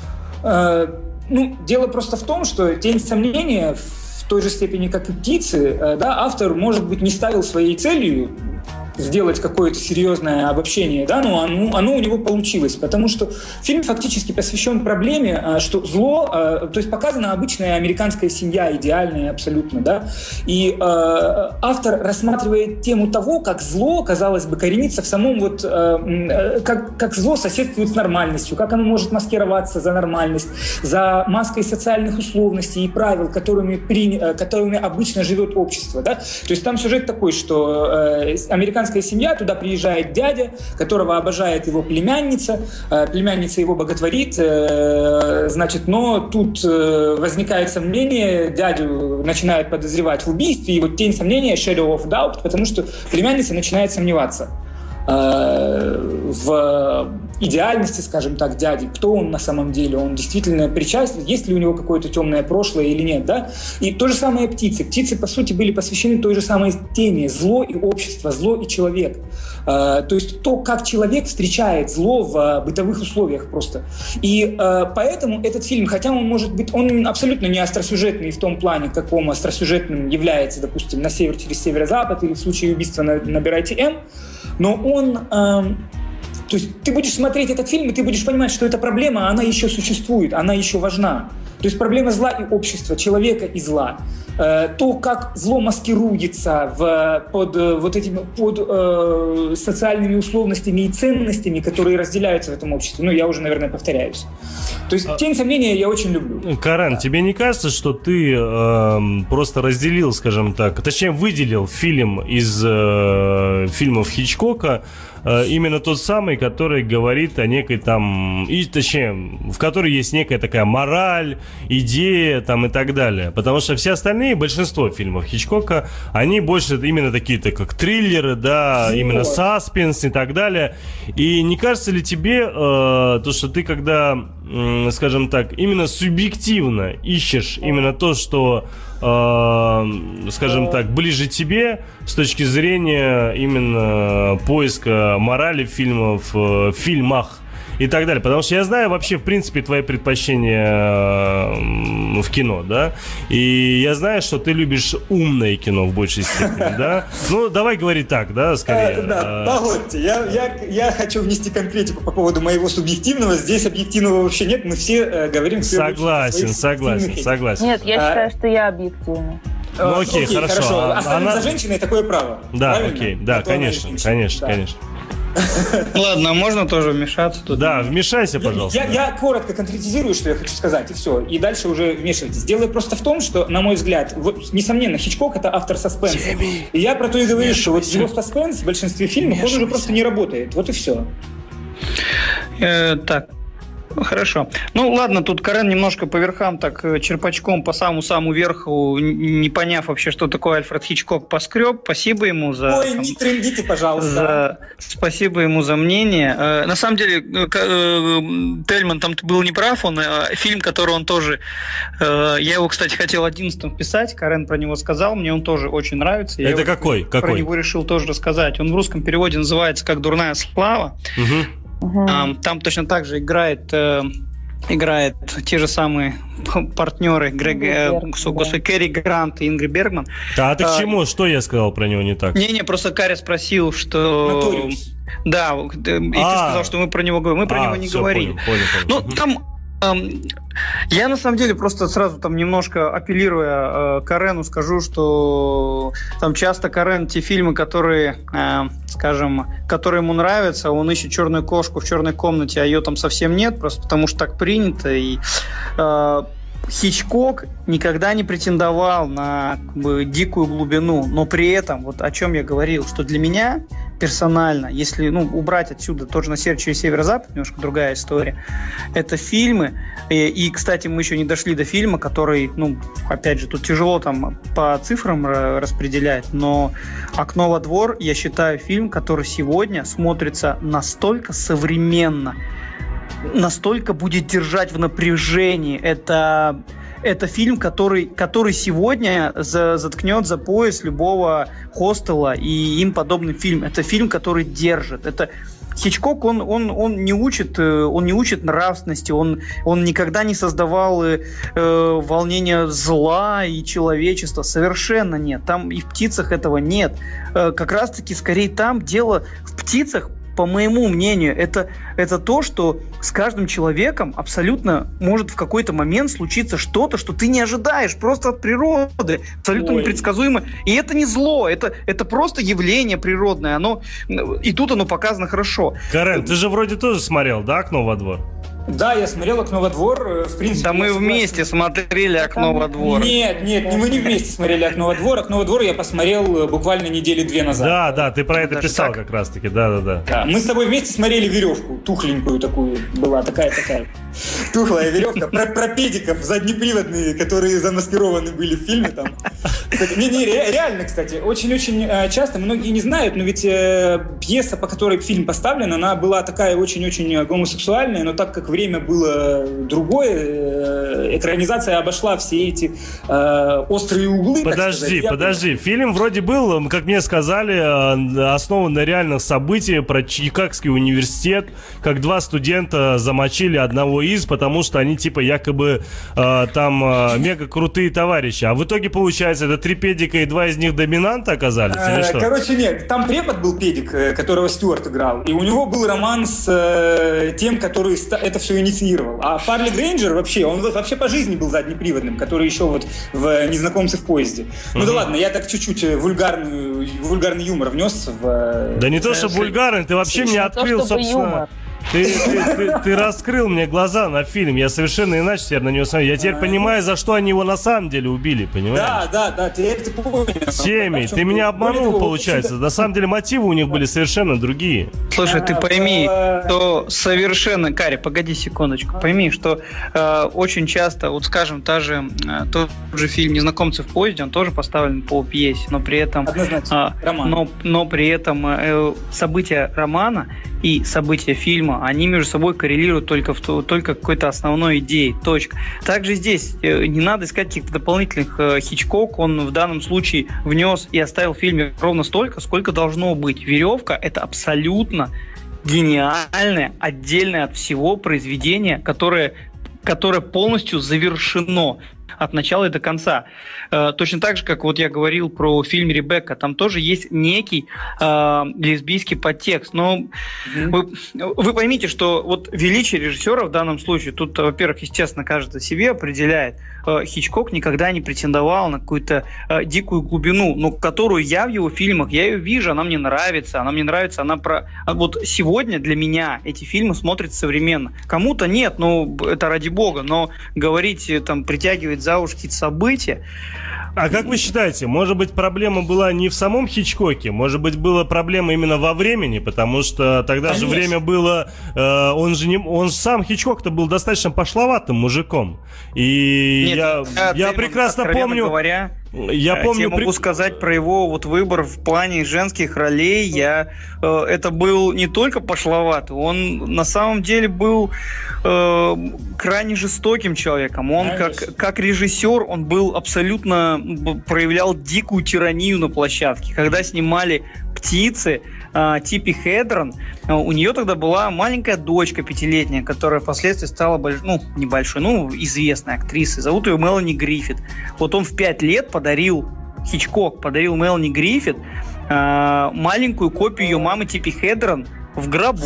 А, ну, дело просто в том, что «Тень сомнения» в той же степени, как и «Птицы», да, автор, может быть, не ставил своей целью сделать какое-то серьезное обобщение, да, но оно, оно у него получилось, потому что фильм фактически посвящен проблеме, что зло, то есть показана обычная американская семья, идеальная абсолютно, да, и э, автор рассматривает тему того, как зло, казалось бы, коренится в самом вот, э, как, как зло соседствует с нормальностью, как оно может маскироваться за нормальность, за маской социальных условностей и правил, которыми, при, которыми обычно живет общество, да, то есть там сюжет такой, что э, американская семья, туда приезжает дядя, которого обожает его племянница, племянница его боготворит, значит, но тут возникает сомнение, дядю начинают подозревать в убийстве, и вот тень сомнения, shadow of doubt, потому что племянница начинает сомневаться в идеальности, скажем так, дяди, кто он на самом деле, он действительно причастен, есть ли у него какое-то темное прошлое или нет, да? И то же самое «Птицы». «Птицы», по сути, были посвящены той же самой теме: зло и общество, зло и человек. То есть то, как человек встречает зло в бытовых условиях просто. И поэтому этот фильм, хотя он может быть, он абсолютно не остросюжетный в том плане, каком остросюжетным является, допустим, «На север через северо-запад» или в случае убийства «Набирайте М», но он... Э, то есть ты будешь смотреть этот фильм, и ты будешь понимать, что эта проблема, она еще существует, она еще важна. То есть проблема зла и общества, человека и зла. то, как зло маскируется в, под вот этими под э, социальными условностями и ценностями, которые разделяются в этом обществе. Ну, я уже, наверное, повторяюсь. То есть, тень сомнения я очень люблю. Карен, да. Тебе не кажется, что ты э, просто разделил, скажем так, точнее, выделил фильм из э, фильмов Хичкока, э, именно тот самый, который говорит о некой там, и, точнее, в которой есть некая такая мораль, идея там и так далее. Потому что все остальные, большинство фильмов Хичкока, они больше именно такие-то, как триллеры, да, вот. Именно саспенс и так далее. И не кажется ли тебе, э, то, что ты когда, э, скажем так, именно субъективно ищешь именно то, что, э, скажем так, ближе тебе с точки зрения именно поиска морали фильмов, э, в фильмах и так далее. Потому что я знаю вообще, в принципе, твои предпочтения в кино, да? И я знаю, что ты любишь умное кино в большей степени, да? Ну, давай говорить так, да, скорее. А, да, погодьте, я, я, я хочу внести конкретику по поводу моего субъективного. Здесь объективного вообще нет, мы все э, говорим... Согласен, согласен, согласен. Нет, я считаю, а... что я объективна. Ну, окей, окей, хорошо. хорошо. Оставим Она... за женщиной такое право. Да, правильно? Окей, да, конечно, конечно, да. конечно. Ладно, можно тоже вмешаться тут? Да, вмешайся, пожалуйста. Я, я, я коротко конкретизирую, что я хочу сказать, и все. И дальше уже вмешивайтесь. Дело просто в том, что, на мой взгляд, вот, несомненно, Хичкок — это автор саспенса. Джейми, и я про то и говорю, что вот его саспенс в большинстве фильмов, он уже просто не работает. Вот и все. Э, так. Хорошо. Ну, ладно, тут Карен немножко по верхам, так, черпачком по самому-самому верху, не поняв вообще, что такое Альфред Хичкок, поскреб. Спасибо ему за... Ой, не трендите, пожалуйста. За... Спасибо ему за мнение. На самом деле, Тельман там был неправ, он фильм, который он тоже... Я его, кстати, хотел одиннадцатым вписать, Карен про него сказал, мне он тоже очень нравится. Это я какой? Про какой? него решил тоже рассказать. Он в русском переводе называется как «Дурная слава». Угу. Uh-huh. Там точно так же играет, э, играет те же самые партнеры Грег, э, да. Кэрри Грант и Ингрид Бергман. Да, а ты к чему? А, что я сказал про него не так? Не-не, просто Карри спросил, что... Нотариус. Да, и ты сказал, что мы про него говорим. Мы про а, него не все, говорим. Понял, понял, понял. Ну, там... Я на самом деле просто сразу там немножко апеллируя э, Карену скажу, что там часто Карен те фильмы, которые, э, скажем, которые ему нравятся, он ищет черную кошку в черной комнате, а ее там совсем нет, просто потому что так принято. И э, Хичкок никогда не претендовал на как бы, дикую глубину, но при этом, вот о чем я говорил, что для меня персонально, если ну, убрать отсюда тоже на север через северо-запад, немножко другая история, это фильмы, и, и, кстати, мы еще не дошли до фильма, который, ну, опять же, тут тяжело там по цифрам распределять, но «Окно во двор», я считаю, фильм, который сегодня смотрится настолько современно, настолько будет держать в напряжении. Это, это фильм, который, который сегодня за, заткнет за пояс любого хостела и им подобный фильм. Это фильм, который держит. Это Хичкок, он, он, он, не учит, он не учит нравственности, он, он никогда не создавал э, волнения зла и человечества. Совершенно нет. Там и в «Птицах» этого нет. Э, как раз-таки скорее там дело в птицах. По моему мнению, это, это то, что с каждым человеком абсолютно может в какой-то момент случиться что-то, что ты не ожидаешь просто от природы, абсолютно Ой. непредсказуемо. И это не зло, это, это просто явление природное. Оно, и тут оно показано хорошо. Карен, ты же вроде тоже смотрел, да, «Окно во двор»? Да, я смотрел «Окно во двор», в принципе... Да мы вместе смотрели «Окно во двор». Нет, нет, мы не вместе смотрели «Окно во двор». «Окно во двор» я посмотрел буквально недели две назад. Да, да, ты про это Даже писал так? как раз-таки, да-да-да. Да, мы с тобой вместе смотрели «Веревку», тухленькую такую была, такая-такая. Тухлая веревка, про, про педиков заднеприводные, которые замаскированы были в фильме там. Кстати, не, не, реально, кстати, очень-очень часто, многие не знают, но ведь э, пьеса, по которой фильм поставлен, она была такая очень-очень гомосексуальная, но так как время было другое, э, экранизация обошла все эти э, острые углы. Подожди, сказать, подожди, я... фильм вроде был, как мне сказали, основан на реальных событиях про Чикагский университет, как два студента замочили одного из, потому что они типа якобы э, там э, мега крутые товарищи. А в итоге, получается, это три педика и два из них доминанта оказались? Или что? Короче, нет. Там препод был педик, которого Стюарт играл. И у него был роман с э, тем, который... Это все инициировал. А Фарли Грейнджер вообще, он вообще по жизни был заднеприводным, который еще вот в «Незнакомце в поезде». Ну mm-hmm. да ладно, я так чуть-чуть вульгарный, вульгарный юмор внес в... Да не то, что вульгарный, ты вообще мне открыл, собственно... Ты, ты, ты, ты раскрыл мне глаза на фильм. Я совершенно иначе теперь на него смотрю. Я теперь а, понимаю, за что они его на самом деле убили, понимаешь? Да, да, да, теперь ты понял. Семи, ты меня обманул, получается. На самом деле мотивы у них были совершенно другие. Слушай, ты пойми, что совершенно... Кари, погоди секундочку. Пойми, что э, очень часто, вот скажем, та же, э, тот же фильм «Незнакомцы в поезде», он тоже поставлен по пьесе, но при этом... Однозначно, э, роман. Но, но при этом э, события романа и события фильма, они между собой коррелируют только в только какой-то основной идее. Точка. Также здесь не надо искать каких-то дополнительных Хичкок. Он в данном случае внес и оставил в фильме ровно столько, сколько должно быть. «Веревка» — это абсолютно гениальное, отдельное от всего произведение, которое, которое полностью завершено от начала и до конца. Э, точно так же, как вот я говорил про фильм «Ребекка», там тоже есть некий э, лесбийский подтекст. Но mm-hmm. вы, вы поймите, что вот величие режиссера в данном случае, тут, во-первых, естественно, каждый себе определяет. Э, Хичкок никогда не претендовал на какую-то э, дикую глубину, но которую я в его фильмах, я ее вижу, она мне нравится, она мне нравится, она про... А вот сегодня для меня эти фильмы смотрятся современно. Кому-то нет, ну, это ради бога, но говорить, там, притягивать за уши какие-то события. А как вы считаете, может быть, проблема была не в самом Хичкоке, может быть, была проблема именно во времени, потому что тогда Конечно. же время было, э, он же не, он сам Хичкок-то был достаточно пошловатым мужиком, и Нет, я, я, я прекрасно помню. Говоря, я помню, я могу при... сказать про его вот выбор в плане женских ролей. Я, э, это был не только пошловатый, он на самом деле был э, крайне жестоким человеком. Он как, как режиссер, он был абсолютно проявлял дикую тиранию на площадке. Когда снимали «Птицы», э, Типи Хедрон, э, у нее тогда была маленькая дочка пятилетняя, которая впоследствии стала больш... ну, небольшой, ну, известной актрисой. Зовут ее Мелани Гриффит. Вот он в пять лет подарил, Хичкок подарил Мелани Гриффит э, маленькую копию ее мамы Типи Хедрон в гробу.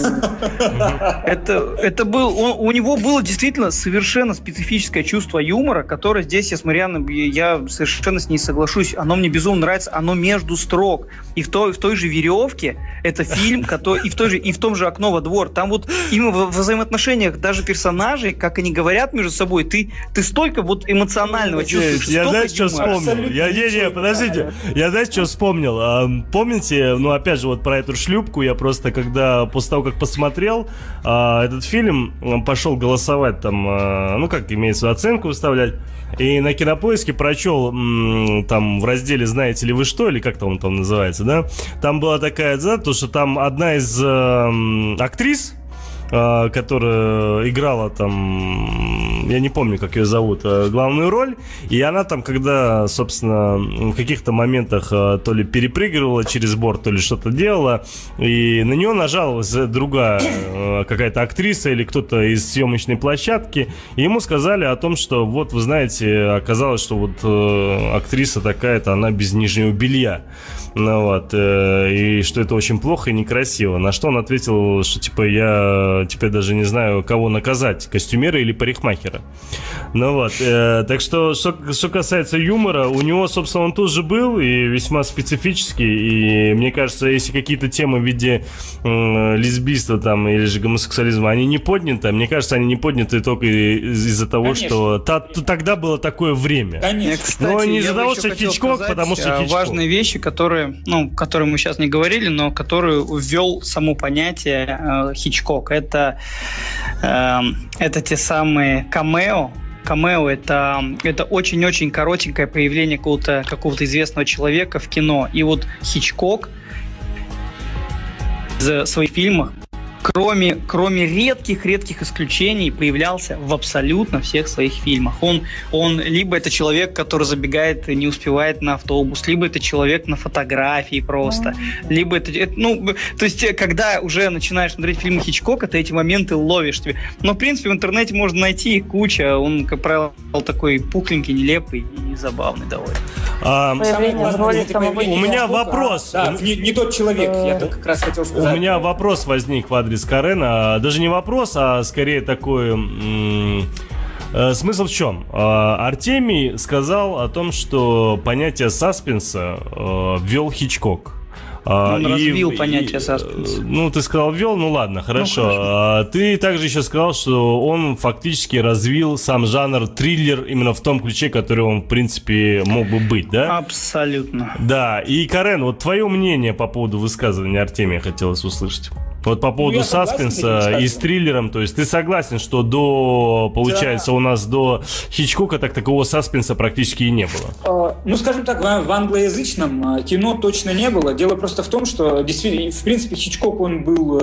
Это, это был, он, у него было действительно совершенно специфическое чувство юмора, которое здесь я с Марианной, я совершенно с ней соглашусь, оно мне безумно нравится, оно между строк. И в той, в той же «Веревке» это фильм, который, и, в той же, и в том же «Окно во двор», там вот именно в, в взаимоотношениях даже персонажей, как они говорят между собой, ты, ты столько вот эмоционального чувствуешь. Я знаете, что вспомнил? Я, не, не, подождите, я знаете, что вспомнил? А, помните, ну опять же, вот про эту шлюпку я просто когда после того, как посмотрел а, этот фильм, пошел голосовать там, а, ну как имеется оценку выставлять, и на Кинопоиске прочел м, там в разделе «Знаете ли вы что?» или как-то он там называется, да, там была такая, да, то, что там одна из а, актрис, которая играла там, я не помню, как ее зовут, главную роль, и она там, когда, собственно, в каких-то моментах то ли перепрыгивала через борт, то ли что-то делала, и на нее нажаловалась другая какая-то актриса или кто-то из съемочной площадки, и ему сказали о том, что вот, вы знаете, оказалось, что вот актриса такая-то, она без нижнего белья. Ну вот, э, и что это очень плохо и некрасиво. На что он ответил, что типа я теперь даже не знаю, кого наказать, костюмера или парикмахера. Ну вот, э, так что, что, что касается юмора, у него, собственно, он тоже был и весьма специфический. И мне кажется, если какие-то темы в виде э, лесбийства там или же гомосексуализма, они не подняты, мне кажется, они не подняты только из- из-за того, Конечно. что та, тогда было такое время. Конечно. Кстати, но не из-за того, что Хичкок, потому что Хичкок. Важные вещи, которые ну, которые мы сейчас не говорили, но который ввел само понятие э, Хичкок. Это, э, это те самые камео. Камео — это, это очень-очень коротенькое появление какого-то, какого-то известного человека в кино. И вот Хичкок в своих фильмах, Кроме, кроме редких-редких исключений, появлялся в абсолютно всех своих фильмах. Он, он либо это человек, который забегает и не успевает на автобус, либо это человек на фотографии просто, mm-hmm. либо это, это... Ну, то есть, когда уже начинаешь смотреть фильмы Хичкока, ты эти моменты ловишь тебе. Но, в принципе, в интернете можно найти их куча. Он, как правило, такой пухленький, нелепый и забавный довольно. А, у меня вопрос. Да, не, не тот человек, я как раз хотел сказать. У меня вопрос возник в адрес адрес Карена. Даже не вопрос, а скорее такой... М- Смысл в чем? Артемий сказал о том, что понятие саспенса ввел Хичкок. Он и, развил и, понятие саспенса. Ну, ты сказал ввел, ну ладно, хорошо. Ну, хорошо. Ты также еще сказал, что он фактически развил сам жанр триллер именно в том ключе, который он, в принципе, мог бы быть, да? Абсолютно. Да, и, Карен, вот твое мнение по поводу высказывания Артемия хотелось услышать. Вот по поводу ну, саспенса и с триллером, то есть ты согласен, что до, получается, да. у нас до Хичкока так такого саспенса практически и не было? Ну, скажем так, в англоязычном кино точно не было. Дело просто в том, что действительно, в принципе, Хичкок, он был,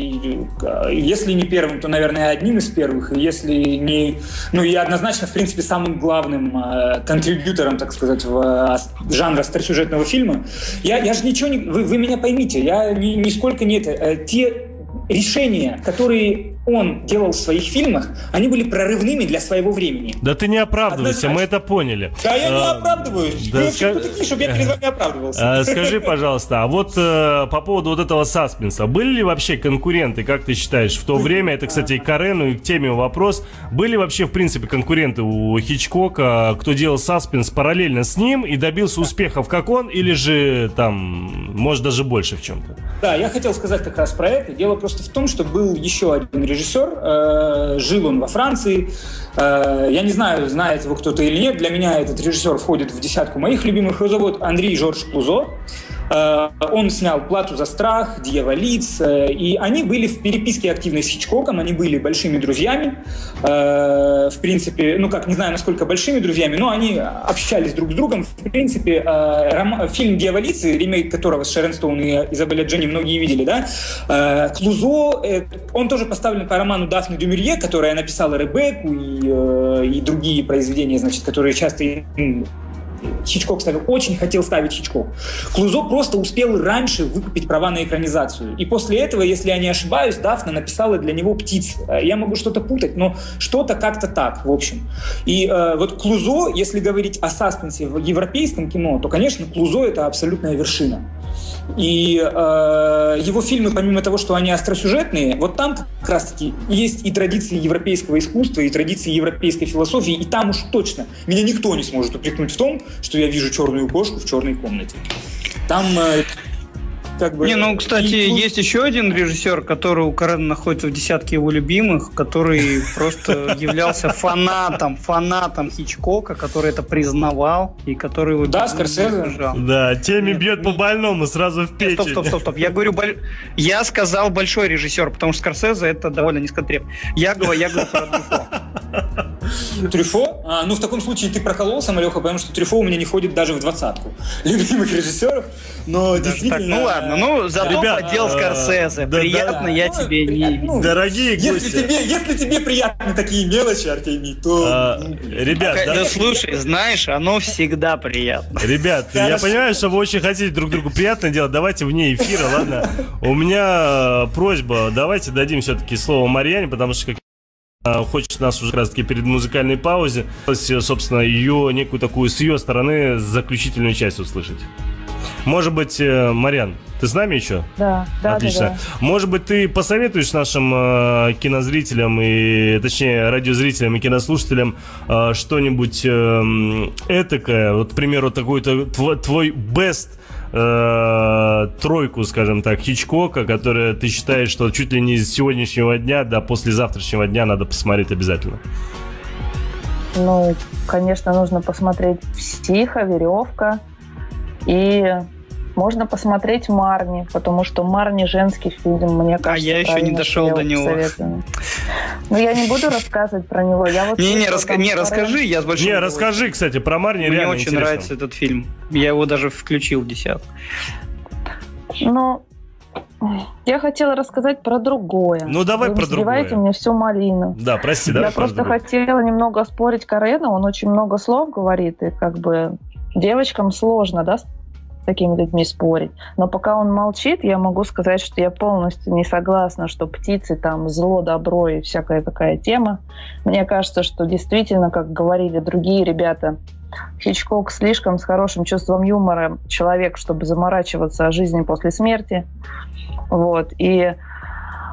если не первым, то, наверное, одним из первых, если не, ну и однозначно, в принципе, самым главным контрибьютором, так сказать, в жанре остросюжетного фильма. Я, я же ничего не... Вы, вы меня поймите, я ни, нисколько не это... Те решения, которые он делал в своих фильмах, они были прорывными для своего времени. Да ты не оправдывайся, мы это поняли. Да я не оправдываюсь. Да, вы вообще кто такие, чтобы я перед вами оправдывался? Скажи, пожалуйста, а вот э, по поводу вот этого саспенса, были ли вообще конкуренты, как ты считаешь, в то время, это, кстати, и к Карену, и к теме вопрос, были вообще, в принципе, конкуренты у Хичкока, кто делал саспенс параллельно с ним и добился успехов, как он, или же там, может, даже больше в чем-то? Да, я хотел сказать как раз про это. Дело просто в том, что был еще один режиссер, э, жил он во Франции. Э, я не знаю, знает его кто-то или нет. Для меня этот режиссер входит в десятку моих любимых. Его зовут Анри Жорж Клузо. Э, он снял «Плату за страх», «Дьяволиц», э, и они были в переписке активной с Хичкоком, они были большими друзьями. Э, в принципе, ну как, не знаю, насколько большими друзьями, но они общались друг с другом. В принципе, э, ром... фильм «Дьяволиц», ремейк которого с Шерон Стоун и Изабель Аджени многие видели, да? Э, Клузо, э, он тоже поставлен по роману Дафны Дюмюрье, которая написала «Ребекку» и, э, и другие произведения, значит, которые часто... Хичкок ставил, очень хотел ставить Хичкок. Клузо просто успел раньше выкупить права на экранизацию. И после этого, если я не ошибаюсь, Дафна написала для него «Птиц». Я могу что-то путать, но что-то как-то так, в общем. И э, вот Клузо, если говорить о саспенсе в европейском кино, то, конечно, Клузо — это абсолютная вершина. И э, его фильмы, помимо того, что они остросюжетные, вот там как раз-таки есть и традиции европейского искусства, и традиции европейской философии, и там уж точно меня никто не сможет упрекнуть в том, что я вижу черную кошку в черной комнате. Там... Э, как бы... Не, ну, кстати, и... есть еще один режиссер, который у Карена находится в десятке его любимых, который просто являлся фанатом, фанатом Хичкока, который это признавал и который его... Да, Скорсезе. Да, Теми бьет по больному сразу в печень. Стоп, стоп, стоп, стоп. Я говорю, я сказал большой режиссер, потому что Скорсезе это довольно низкотребно. Я говорю, я говорю про Трюфо. Трюфо? А, ну, в таком случае ты прокололся, Малеха, потому что Трюфо у меня не входит даже в двадцатку любимых режиссеров, но даже действительно... Так, ну ладно, ну зато ребят, поддел Скорсезе. Да, приятно, да, я ну, тебе не... Ну, дорогие если гости. Тебе, если тебе приятны такие мелочи, Артемий, то... А, ребят, а, да, да слушай, знаешь, оно всегда приятно. Ребят, я понимаю, что вы очень хотите друг другу приятно делать. Давайте вне эфира, ладно? У меня просьба, давайте дадим все-таки слово Марьяне, потому что, как хочет нас уже как раз таки перед музыкальной паузе, собственно, ее некую такую с ее стороны заключительную часть услышать. Может быть, Марьян, ты с нами еще? Да, да. Отлично. Да, да. Может быть, ты посоветуешь нашим э, кинозрителям и, точнее, радиозрителям и кинослушателям э, что-нибудь э, этакое, вот, к примеру, такой-то твой, твой best э, тройку, скажем так, Хичкока, которая ты считаешь, что чуть ли не с сегодняшнего дня до послезавтрашнего дня надо посмотреть обязательно? Ну, конечно, нужно посмотреть «Психо», «Веревка». И можно посмотреть «Марни», потому что «Марни» женский фильм, мне кажется. А я еще не дошел до него. Советую. Но я не буду рассказывать про него. Я вот не, не, раска... не расскажи, я с большим Не, расскажи, кстати, про «Марни», мне реально очень интересно. нравится этот фильм. Я его даже включил в десятку. Ну, я хотела рассказать про другое. Ну, давай Вы про другое. Вы сбиваете мне всю малину. Да, прости, давай. Я просто хотела немного оспорить Карена. Он очень много слов говорит, и как бы девочкам сложно, да, с такими людьми спорить. Но пока он молчит, я могу сказать, что я полностью не согласна, что птицы там зло, добро и всякая такая тема. Мне кажется, что действительно, как говорили другие ребята, Хичкок слишком с хорошим чувством юмора человек, чтобы заморачиваться о жизни после смерти. Вот. И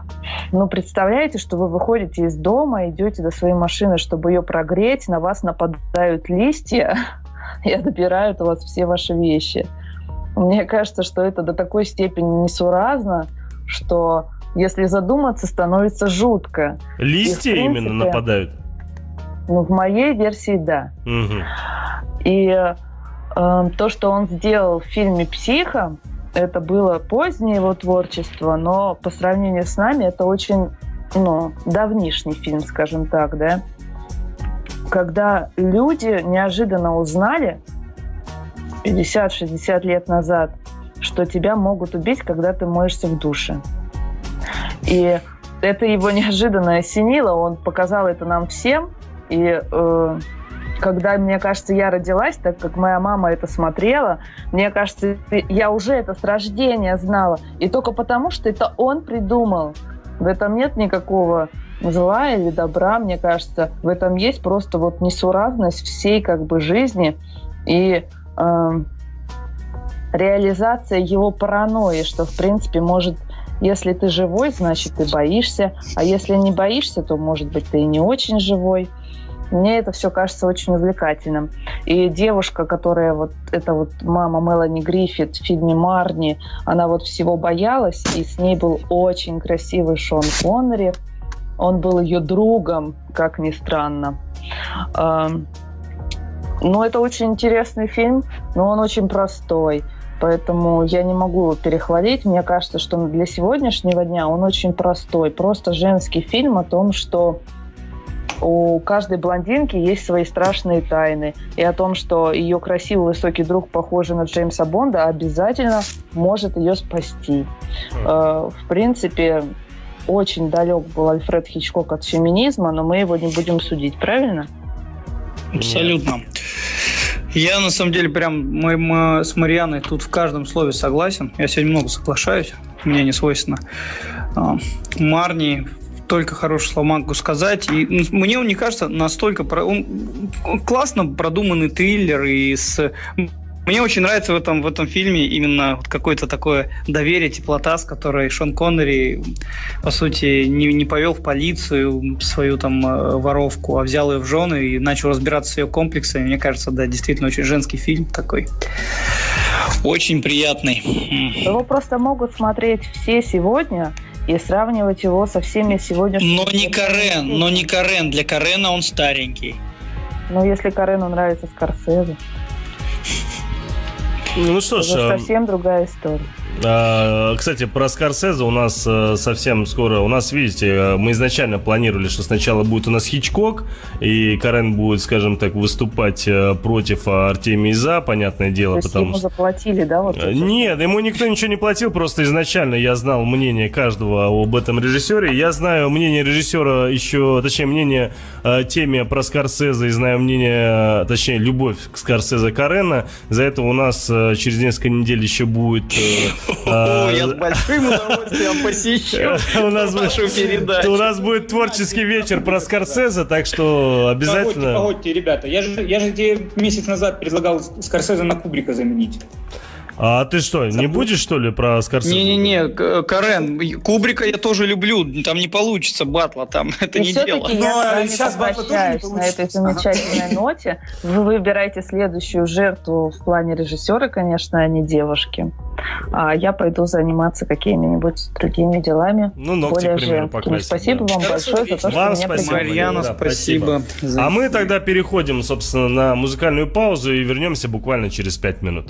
Ну, представляете, что вы выходите из дома, идете до своей машины, чтобы ее прогреть, на вас нападают листья и отбирают у вас все ваши вещи. Мне кажется, что это до такой степени несуразно, что, если задуматься, становится жутко. Листья и, принципе, именно нападают? Ну, в моей версии, да. Угу. И э, то, что он сделал в фильме «Психо», это было позднее его творчество, но по сравнению с нами это очень, ну, давнишний фильм, скажем так, да. Когда люди неожиданно узнали пятьдесят-шестьдесят лет назад, что тебя могут убить, когда ты моешься в душе. И это его неожиданно осенило, он показал это нам всем. И э, когда, мне кажется, я родилась, так как моя мама это смотрела, мне кажется, я уже это с рождения знала. И только потому, что это он придумал. В этом нет никакого зла или добра, мне кажется. В этом есть просто вот несуразность всей как бы жизни и э, реализация его паранойи, что, в принципе, может, если ты живой, значит, ты боишься, а если не боишься, то, может быть, ты и не очень живой. Мне это все кажется очень увлекательным. И девушка, которая вот, это вот мама Мелани Гриффит в фильме «Марни», она вот всего боялась, и с ней был очень красивый Шон Коннери. Он был ее другом, как ни странно. Ну, это очень интересный фильм, но он очень простой. Поэтому я не могу его перехвалить. Мне кажется, что для сегодняшнего дня он очень простой. Просто женский фильм о том, что у каждой блондинки есть свои страшные тайны. И о том, что ее красивый высокий друг, похожий на Джеймса Бонда, обязательно может ее спасти. Mm. В принципе, очень далек был Альфред Хичкок от феминизма, но мы его не будем судить, правильно? Абсолютно. Я, на самом деле, прям мы, мы с Марьяной тут в каждом слове согласен. Я сегодня много соглашаюсь, мне не свойственно. Марни, только хорошие слова могу сказать. И мне он не кажется настолько... Он классно продуманный триллер. И с... Мне очень нравится в этом, в этом фильме именно вот какое-то такое доверие, теплота, с которой Шон Коннери, по сути, не, не повел в полицию свою там воровку, а взял ее в жены и начал разбираться с ее комплексами. Мне кажется, да, действительно очень женский фильм такой. Очень приятный. Его просто могут смотреть все сегодня и сравнивать его со всеми сегодняшними... Но не Карен, но не Карен. Для Карена он старенький. Ну, если Карену нравится Скорсезе. Ну что ж, это совсем другая история. А, кстати, про Скорсезе у нас а, совсем скоро. У нас, видите, мы изначально планировали, что сначала будет у нас Хичкок, и Карен будет, скажем так, выступать а, против Артемия За, понятное дело. То есть потому ему что... заплатили, да? Вот Нет, ему никто ничего не платил, просто изначально я знал мнение каждого об этом режиссере. Я знаю мнение режиссера еще, точнее, мнение а, теме про Скорсезе, и знаю мнение, точнее, любовь к Скорсезе Карена. За это у нас а, через несколько недель еще будет... О, я с большим удовольствием посещу у нас вашу будет, передачу. У нас будет творческий вечер про Скорсезе, так что обязательно... Погодьте, погодьте, ребята, я же, я же тебе месяц назад предлагал Скорсезе на Кубрика заменить. А ты что, не будешь, что ли, про Скорсезе? Не-не-не, Карен, Кубрика я тоже люблю, там не получится батла, там это и не дело. Я с сейчас прощаюсь на этой замечательной ноте. Вы выбираете следующую жертву в плане режиссера, конечно, а не девушки. А я пойду заниматься какими-нибудь другими делами, ну, более женскими. Спасибо да. вам большое за то, вам что меня спасибо, Марьяна, да, спасибо. спасибо. А мы тогда переходим, собственно, на музыкальную паузу и вернемся буквально через пять минут.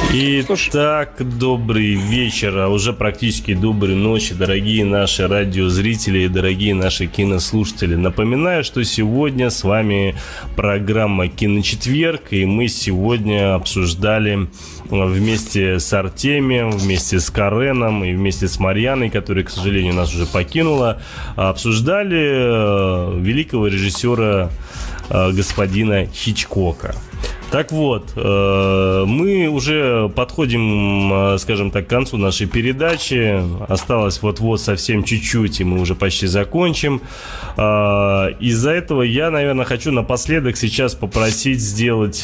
Итак, добрый вечер, а уже практически доброй ночи, дорогие наши радиозрители и дорогие наши кинослушатели. Напоминаю, что сегодня с вами программа «Киночетверг», и мы сегодня обсуждали вместе с Артемием, вместе с Кареном и вместе с Марьяной, которая, к сожалению, нас уже покинула, обсуждали великого режиссера господина Хичкока. Так вот, мы уже подходим, скажем так, к концу нашей передачи. Осталось вот-вот совсем чуть-чуть, и мы уже почти закончим. Из-за этого я, наверное, хочу напоследок сейчас попросить сделать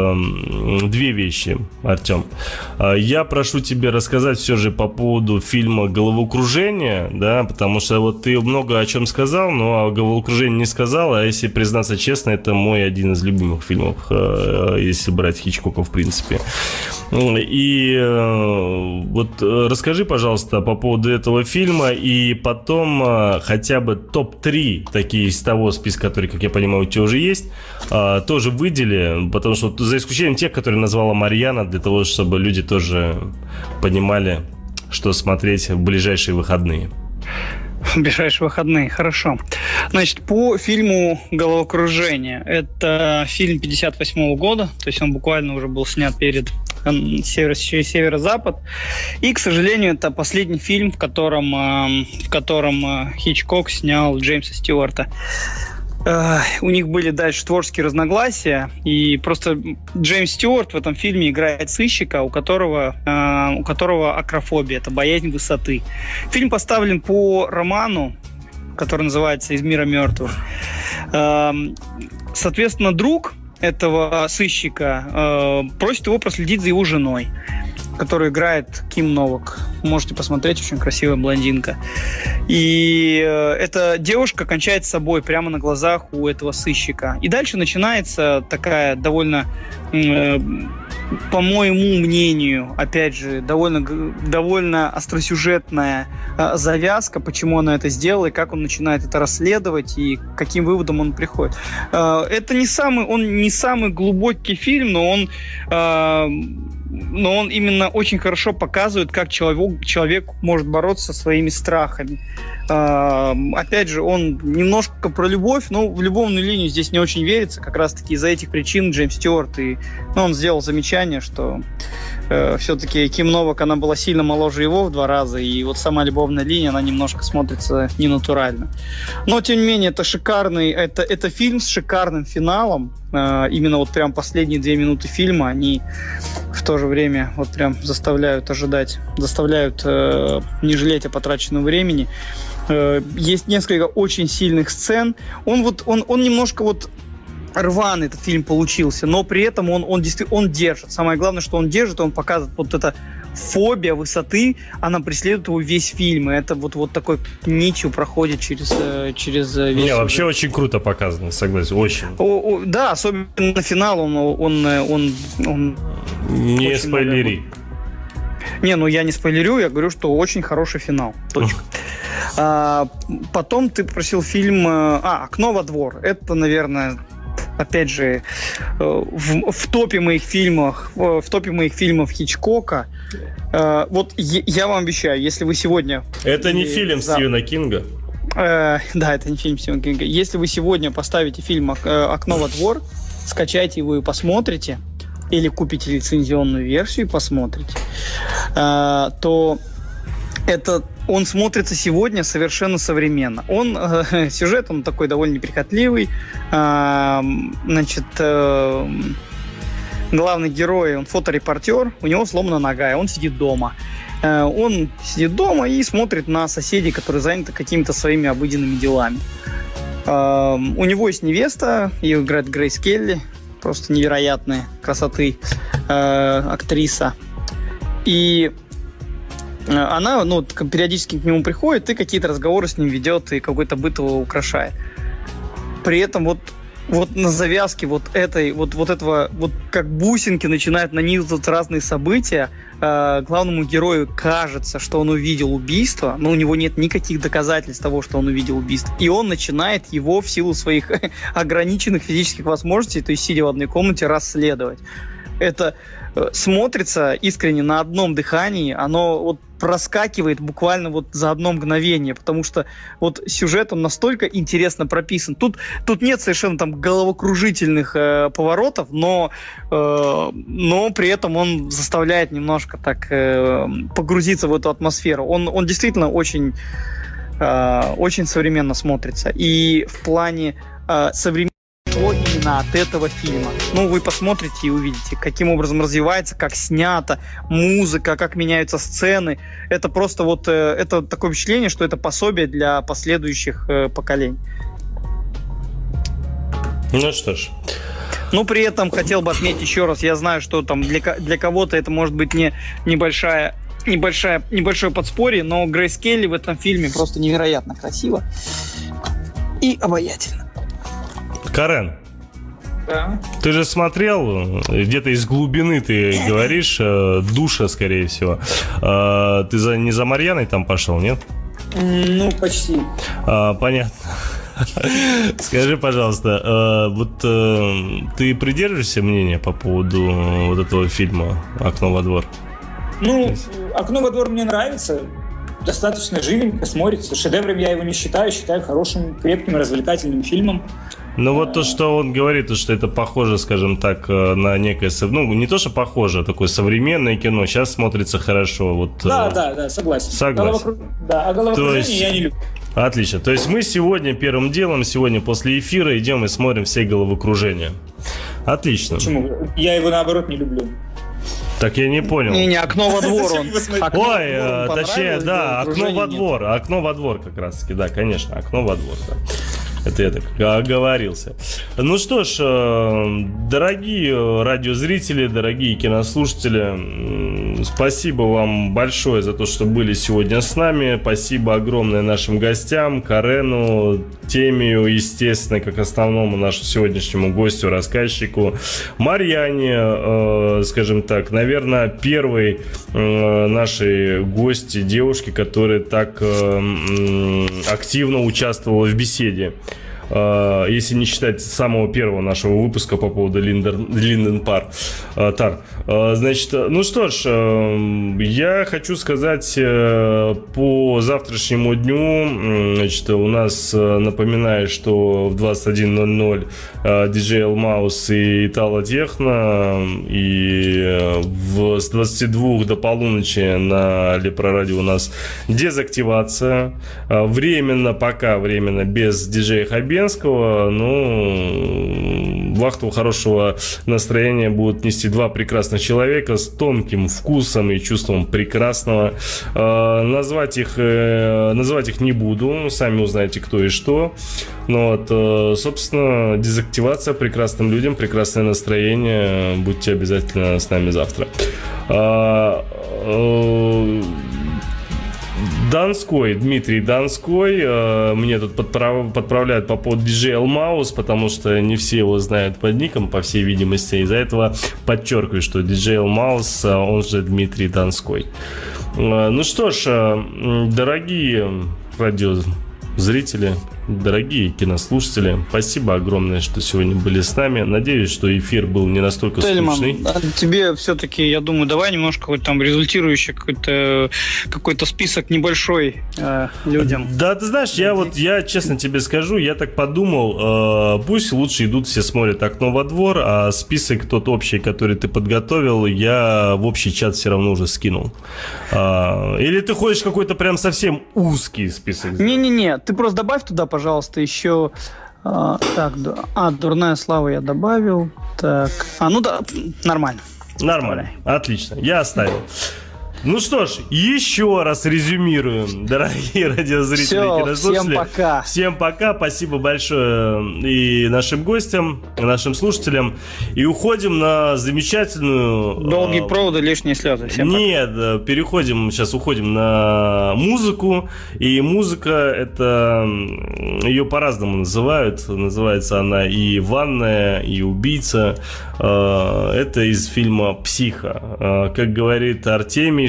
две вещи, Артем. Я прошу тебя рассказать все же по поводу фильма «Головокружение», да, потому что вот ты много о чем сказал, но о «Головокружении» не сказал, а если признаться честно, это мой один из любимых фильмов, если брать Хичкока в принципе. И э, вот расскажи, пожалуйста, по поводу этого фильма, и потом э, хотя бы топ три такие из того списка, который, как я понимаю, у тебя уже есть, э, тоже выдели, потому что за исключением тех, которые назвала Марьяна, для того, чтобы люди тоже понимали, что смотреть в ближайшие выходные. В ближайшие выходные, хорошо. Значит, по фильму «Головокружение». Это фильм пятьдесят восьмого года, то есть он буквально уже был снят перед северо- северо-запад. И, к сожалению, это последний фильм, в котором, в котором Хичкок снял Джеймса Стюарта. У них были дальше творческие разногласия, и просто Джеймс Стюарт в этом фильме играет сыщика, у которого, у которого акрофобия, это боязнь высоты. Фильм поставлен по роману, который называется «Из мира мертвых». Соответственно, друг этого сыщика просит его проследить за его женой, которую играет Ким Новак. Можете посмотреть, очень красивая блондинка. И э, эта девушка кончает с собой прямо на глазах у этого сыщика. И дальше начинается такая довольно, э, по моему мнению, опять же, довольно, довольно остросюжетная э, завязка, почему она это сделала, и как он начинает это расследовать, и к каким выводам он приходит. Э, это не самый, он не самый глубокий фильм, но он... Э, но он именно очень хорошо показывает, как человек, человек может бороться со своими страхами. Uh, опять же, он немножко про любовь, но в любовную линию здесь не очень верится. Как раз-таки из-за этих причин Джеймс Стюарт, и, ну, он сделал замечание, что uh, все-таки Ким Новак, она была сильно моложе его в два раза, и вот сама любовная линия, она немножко смотрится ненатурально. Но, тем не менее, это шикарный, это, это фильм с шикарным финалом. Uh, именно вот прям последние две минуты фильма, они в то же время вот прям заставляют ожидать, заставляют uh, не жалеть о потраченном времени. Есть несколько очень сильных сцен. Он вот, он, он немножко вот рваный этот фильм получился, но при этом он, он действительно, он держит. Самое главное, что он держит, он показывает вот эта фобия высоты, она преследует его весь фильм, и это вот, вот такой нитью проходит через, через весь Не, сюжет. Вообще очень круто показано, согласен, очень. О, о, да, особенно на финал он, он, он, он не спойлери. Много... Не, ну я не спойлерю, я говорю, что очень хороший финал. Точка. А, потом ты просил фильм а, «Окно во двор». Это, наверное, опять же, в, в топе моих фильмов, в топе моих фильмов Хичкока. А, вот я, я вам обещаю, если вы сегодня... Это не фильм за... Стивена Кинга? А, да, это не фильм Стивена Кинга. Если вы сегодня поставите фильм «Окно во двор», скачайте его и посмотрите, или купите лицензионную версию и посмотрите, а, то это... Он смотрится сегодня совершенно современно. Он, э, сюжет, он такой довольно неприхотливый. Э, значит, э, главный герой, он фоторепортер, у него сломана нога, и он сидит дома. Э, он сидит дома и смотрит на соседей, которые заняты какими-то своими обыденными делами. Э, у него есть невеста, ее играет Грейс Келли, просто невероятная красоты э, актриса. И она, ну, периодически к нему приходит и какие-то разговоры с ним ведет, и какой-то быт его украшает. При этом вот, вот на завязке вот этой, вот, вот этого, вот как бусинки начинают нанизываться разные события, э, главному герою кажется, что он увидел убийство, но у него нет никаких доказательств того, что он увидел убийство. И он начинает его в силу своих ограниченных физических возможностей, то есть сидя в одной комнате, расследовать. Это смотрится искренне на одном дыхании, оно вот проскакивает буквально вот за одно мгновение, потому что вот сюжет, он настолько интересно прописан. Тут, тут нет совершенно там головокружительных э, поворотов, но, э, но при этом он заставляет немножко так э, погрузиться в эту атмосферу. Он, он действительно очень, э, очень современно смотрится. И в плане э, современного именно от этого фильма. Ну, вы посмотрите и увидите, каким образом развивается, как снято, музыка, как меняются сцены. Это просто вот, это такое впечатление, что это пособие для последующих поколений. Ну что ж. Ну, при этом хотел бы отметить еще раз, я знаю, что там для, для кого-то это может быть не небольшая Небольшое, небольшое подспорье, но Грейс Келли в этом фильме просто невероятно красиво и обаятельно. Карен, да. Ты же смотрел, где-то из глубины ты говоришь, душа, скорее всего. Ты за, не за Марьяной там пошел, нет? Ну, почти. А, понятно. Скажи, пожалуйста, вот ты придерживаешься мнения по поводу вот этого фильма «Окно во двор»? Ну, «Окно во двор» мне нравится. Достаточно живенько смотрится. Шедевром я его не считаю. Считаю хорошим, крепким, развлекательным фильмом. Ну вот то, что он говорит, что это похоже, скажем так, на некое... Ну, не то, что похоже, а такое современное кино. Сейчас смотрится хорошо. Вот, да, да, да, согласен. Согласен. Головокру... Да, а головокружение есть... я не люблю. Отлично. То есть мы сегодня первым делом, сегодня после эфира идем и смотрим все головокружения. Отлично. Почему? Я его, наоборот, не люблю. Так я не понял. Не, не, «Окно во двор» он. Ой, точнее, да, «Окно во двор». «Окно во двор» как раз таки, да, конечно, «Окно во двор», да. Это я так оговорился. Ну что ж, дорогие радиозрители, дорогие кинослушатели, спасибо вам большое за то, что были сегодня с нами. Спасибо огромное нашим гостям, Карену, Темию, естественно, как основному нашему сегодняшнему гостю, рассказчику, Марьяне, скажем так, наверное, первой нашей гости, девушки, которая так активно участвовала в беседе. Если не считать самого первого нашего выпуска по поводу Линден Пар, Тар. Значит, ну что ж, я хочу сказать по завтрашнему дню. Значит, у нас, напоминаю, что в двадцать один ноль ноль ди джей Элмаус и Итало Техно, и в, с двадцати двух до полуночи на Лепрорадио у нас дезактивация. Временно, пока временно без диджея Хаби. Ну, вахту хорошего настроения будут нести два прекрасных человека с тонким вкусом и чувством прекрасного. Э, назвать их, э, назвать их не буду, сами узнаете, кто и что. Ну, вот, э, собственно, дезактивация прекрасным людям, прекрасное настроение. Будьте обязательно с нами завтра. Э, э, Донской, Дмитрий Донской э, мне тут подправ, подправляют по поводу ди джей Элмаус, потому что не все его знают под ником, по всей видимости. Из-за этого подчеркиваю, что ди джей Элмаус, он же Дмитрий Донской. Э, ну что ж, э, дорогие радиозрители, дорогие кинослушатели, спасибо огромное, что сегодня были с нами. Надеюсь, что эфир был не настолько Тельман, скучный. А тебе все-таки, я думаю, давай немножко какой-то там результирующий какой-то, какой-то список небольшой э, людям. Да, ты знаешь, я вот, я честно тебе скажу, я так подумал, э, пусть лучше идут, все смотрят «Окно во двор», а список тот общий, который ты подготовил, я в общий чат все равно уже скинул. Э, или ты хочешь какой-то прям совсем узкий список? Не-не-не, ты просто добавь туда, пожалуйста, еще... А, так, да. А, «Дурная слава» я добавил. Так. А, ну да, нормально. Нормально, отлично, я оставил. Ну что ж, еще раз резюмируем, дорогие радиозрители. Все, и кинослушатели. всем пока. Всем пока, спасибо большое и нашим гостям, и нашим слушателям. И уходим на замечательную... Долгие э, проводы, лишние слезы. Всем Нет, пока. переходим, сейчас уходим на музыку. И музыка, это... Ее по-разному называют. Называется она и «Ванная», и «Убийца». Это из фильма «Психо». Как говорит Артемий,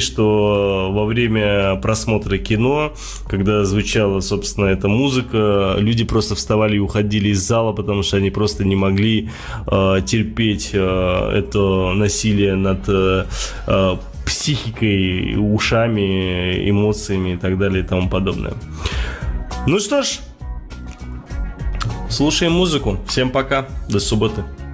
что во время просмотра кино, когда звучала, собственно, эта музыка, люди просто вставали и уходили из зала, потому что они просто не могли э, терпеть э, это насилие над э, э, психикой, ушами, эмоциями и так далее и тому подобное. Ну что ж, слушаем музыку. Всем пока. До субботы.